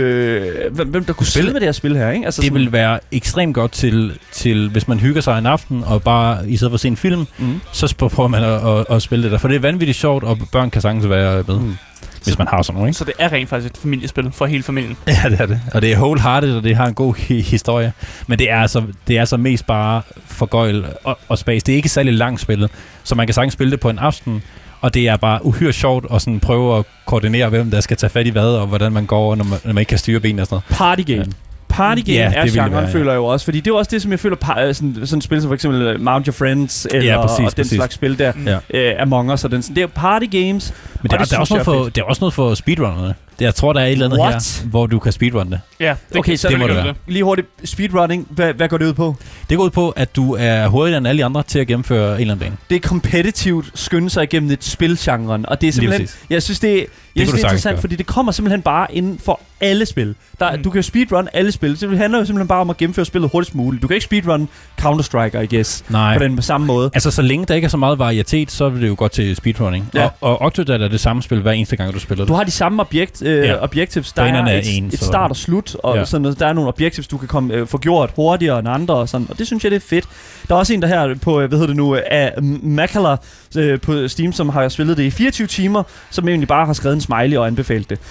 kunne spille med det her spil her, ikke? Altså det vil være ekstremt godt til, hvis man hygger sig en aften, og bare i stedet for at se en film, så prøver man at spille det der. For det er vanvittigt sjovt, og børn kan sagtens være med, hvis man har sådan noget, ikke? Så det er rent faktisk et familiespil for hele familien. Ja, det er det. Og det er wholehearted, og det har en god historie. Men det er så mest bare forgøjl og spas. Det er ikke særlig langt spillet, så man kan sagtens spille det på en aften. Og det er bare uhyre sjovt at sådan prøve at koordinere, hvem der skal tage fat i hvad, og hvordan man går, når man ikke kan styre benene og sådan noget. Party game. Party game er genren, føler jeg jo også. Fordi det er jo også det, som jeg føler, sådan et spil som for eksempel Mount Your Friends, eller præcis, den slags spil der, Among Us og den. Det er jo party games. Men der er også noget for speedrunnerne. Jeg tror, der er et eller andet her, hvor du kan speedrunne det. Ja, okay, så det må det være. Lige hurtigt, speedrunning, hvad går det ud på? Det går ud på, at du er hurtigere end alle de andre til at gennemføre en eller anden bane. Det er kompetitivt skynde sig igennem et spilgenren, og det er simpelthen, jeg synes, det er interessant, fordi det kommer simpelthen bare inden for alle spil. Du kan jo speedrun alle spil, så det handler jo simpelthen bare om at gennemføre spillet hurtigst muligt. Du kan ikke speedrun Counter-Strike, I guess, på den samme måde. Altså, så længe der ikke er så meget varietet, så vil det jo godt til speedrunning. Ja. Og Octodad er det samme spil hver eneste gang, du spiller det. Du har de samme objectives. Der er et start og slut, og sådan noget. Der er nogle objectives, du kan få gjort hurtigere end andre, og sådan. Og det synes jeg, det er fedt. Der er også en, der her på, af Makala på Steam, som har spillet det i 24 timer, som egentlig bare har skrevet en smiley og anbefalet det.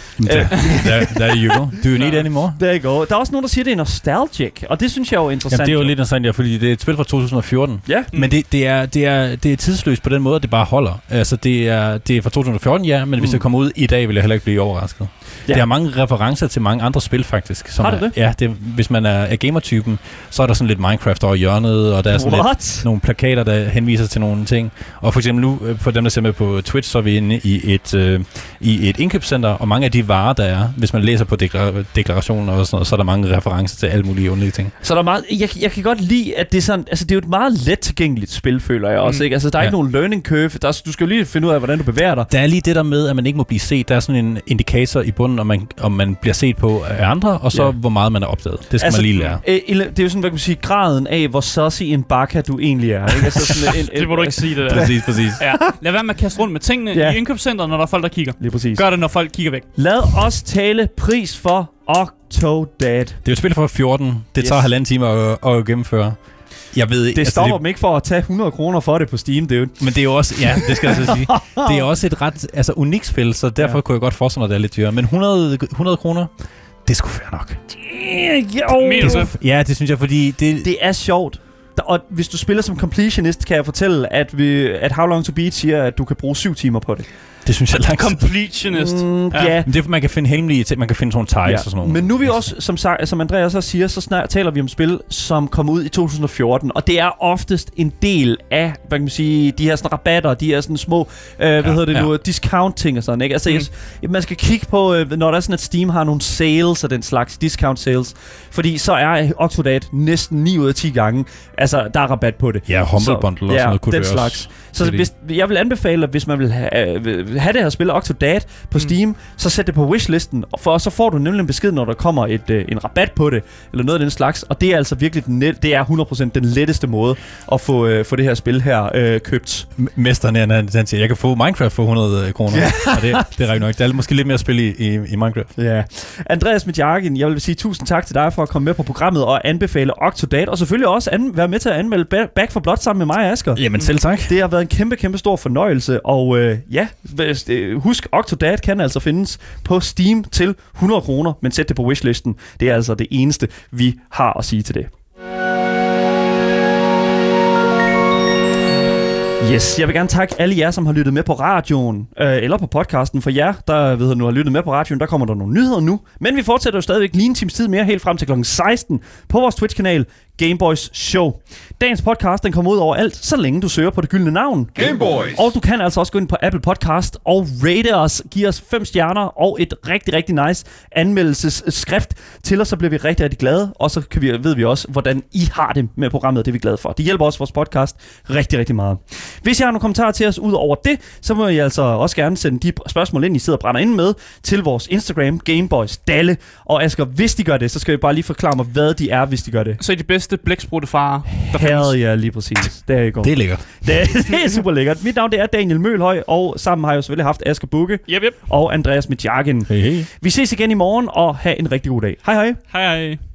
There you go. Do you need any more? There you go. Der er også nogen, der siger, det er nostalgic, og det synes jeg er jo interessant. Jamen, det er jo lidt interessant, ja, fordi det er et spil fra 2014. Ja. Men det er tidsløst på den måde, at det bare holder. Altså, det er fra 2014, ja, men hvis det kommer ud i dag, vil jeg heller ikke blive overrasket. Ja. Det har mange referencer til mange andre spil, faktisk. Som har det? Ja, hvis man er gamer-typen, så er der sådan lidt Minecraft over hjørnet, og der er sådan lidt nogle plakater, der henviser til nogle ting. Og for eksempel nu, for dem, der ser med på Twitch, så er vi inde i et indkøbscenter, og mange af de varer, der er, hvis man læser på deklarationer og sådan noget, så er der mange referencer til alle mulige underlige ting. Så der er meget, jeg kan godt lide, at det er sådan, altså det er jo et meget let tilgængeligt spil, føler jeg også, ikke? Altså der er ikke nogen learning curve, du skal jo lige finde ud af, hvordan du bevæger dig. Der er lige det der med, at man ikke må blive set. Der er sådan en indikator i bunden, om man bliver set på af andre, og så hvor meget man er opdaget. Det skal man lige lære. Det er jo sådan, hvad kan man sige, graden af, hvor saucy en baka du egentlig er. Ikke? Altså sådan det må du ikke sige, det der. Præcis. Ja. Lad være med at kaste rundt med tingene i indkøbscenteret, når der er folk, der kigger. Lige præcis. Gør det, når folk kigger væk. Lad os tale pris for Octodad. Det er jo et spil for 14. Det tager 1,5 time at gennemføre. Jeg ved ikke. Det stopper dem ikke for at tage 100 kroner for det på Steam, det er jo. Men det er jo også, ja, det skal jeg så sige. Det er også et ret unikt spil, så derfor kunne jeg godt forestille mig, at det er lidt dyrere. Men 100 kroner, det er sgu fair nok. Ja, det synes jeg, fordi det er sjovt. Og hvis du spiller som completionist, kan jeg fortælle, at How Long to Beat siger, at du kan bruge 7 timer på det. Det synes jeg er langt. Completionist. Ja. Men det er, man kan finde hemmelige ting, man kan finde sådan nogle tiles og sådan noget. Men nu er vi også, som Andreas også siger, så snart taler vi om spil, som kom ud i 2014. Og det er oftest en del af, hvad kan man sige, de her sådan rabatter, de her sådan små, discount-ting og sådan, ikke? Altså, man skal kigge på, når der er sådan, at Steam har nogle sales og den slags, discount sales. Fordi så er Octodad næsten 9 ud af 10 gange, altså, der er rabat på det. Ja, Humble Bundle og sådan noget kunne den slags. Så jeg vil anbefale, at hvis man vil have det her spil Octodad på Steam, så sæt det på wishlisten, og så får du nemlig en besked, når der kommer en rabat på det, eller noget af den slags, og det er altså virkelig det er 100% den letteste måde at få det her spil her købt. Mesteren han siger, jeg kan få Minecraft for 100 kroner, og det er rigtig nok. Der er måske lidt mere spil i Minecraft. Ja. Andreas Midjarkin, jeg vil sige tusind tak til dig for at komme med på programmet og anbefale Octodad, og selvfølgelig også være med til at anmelde Back 4 Blood sammen med mig og Asger. Jamen selv tak. Det har været en kæmpe stor fornøjelse, og husk, Octodad kan altså findes på Steam til 100 kroner, men sæt det på wishlisten. Det er altså det eneste, vi har at sige til det. Yes, jeg vil gerne takke alle jer, som har lyttet med på radioen, eller på podcasten. For jer, der nu har lyttet med på radioen, der kommer der nogle nyheder nu. Men vi fortsætter jo stadigvæk lige en times tid mere, helt frem til kl. 16 på vores Twitch-kanal Gameboys Show. Dagens podcast, den kommer ud over alt, så længe du søger på det gyldne navn Gameboys. Og du kan altså også gå ind på Apple Podcast og rate os, give os 5 stjerner og et rigtig, rigtig nice anmeldelsesskrift til os, så bliver vi rigtig, rigtig glade. Og så ved vi også, hvordan I har det med programmet, og det er vi glade for. Det hjælper også vores podcast rigtig, rigtig meget. Hvis I har nogle kommentarer til os ud over det, så må I altså også gerne sende de spørgsmål ind, I sidder og brænder ind med, til vores Instagram, Gameboys Dalle. Og Asger, hvis de gør det, så skal I bare lige forklare mig, hvad de er, hvis de gør det. Så er de bedste blækspruttefare, der findes. Ja, lige præcis. Der I går. Det er lækkert. Det er super lækkert. Mit navn det er Daniel Mølhøj, og sammen har jeg jo selvfølgelig haft Asger Bugge yep. og Andreas Mitjagen. Hey. Vi ses igen i morgen, og have en rigtig god dag. Hej hej. Hej hej.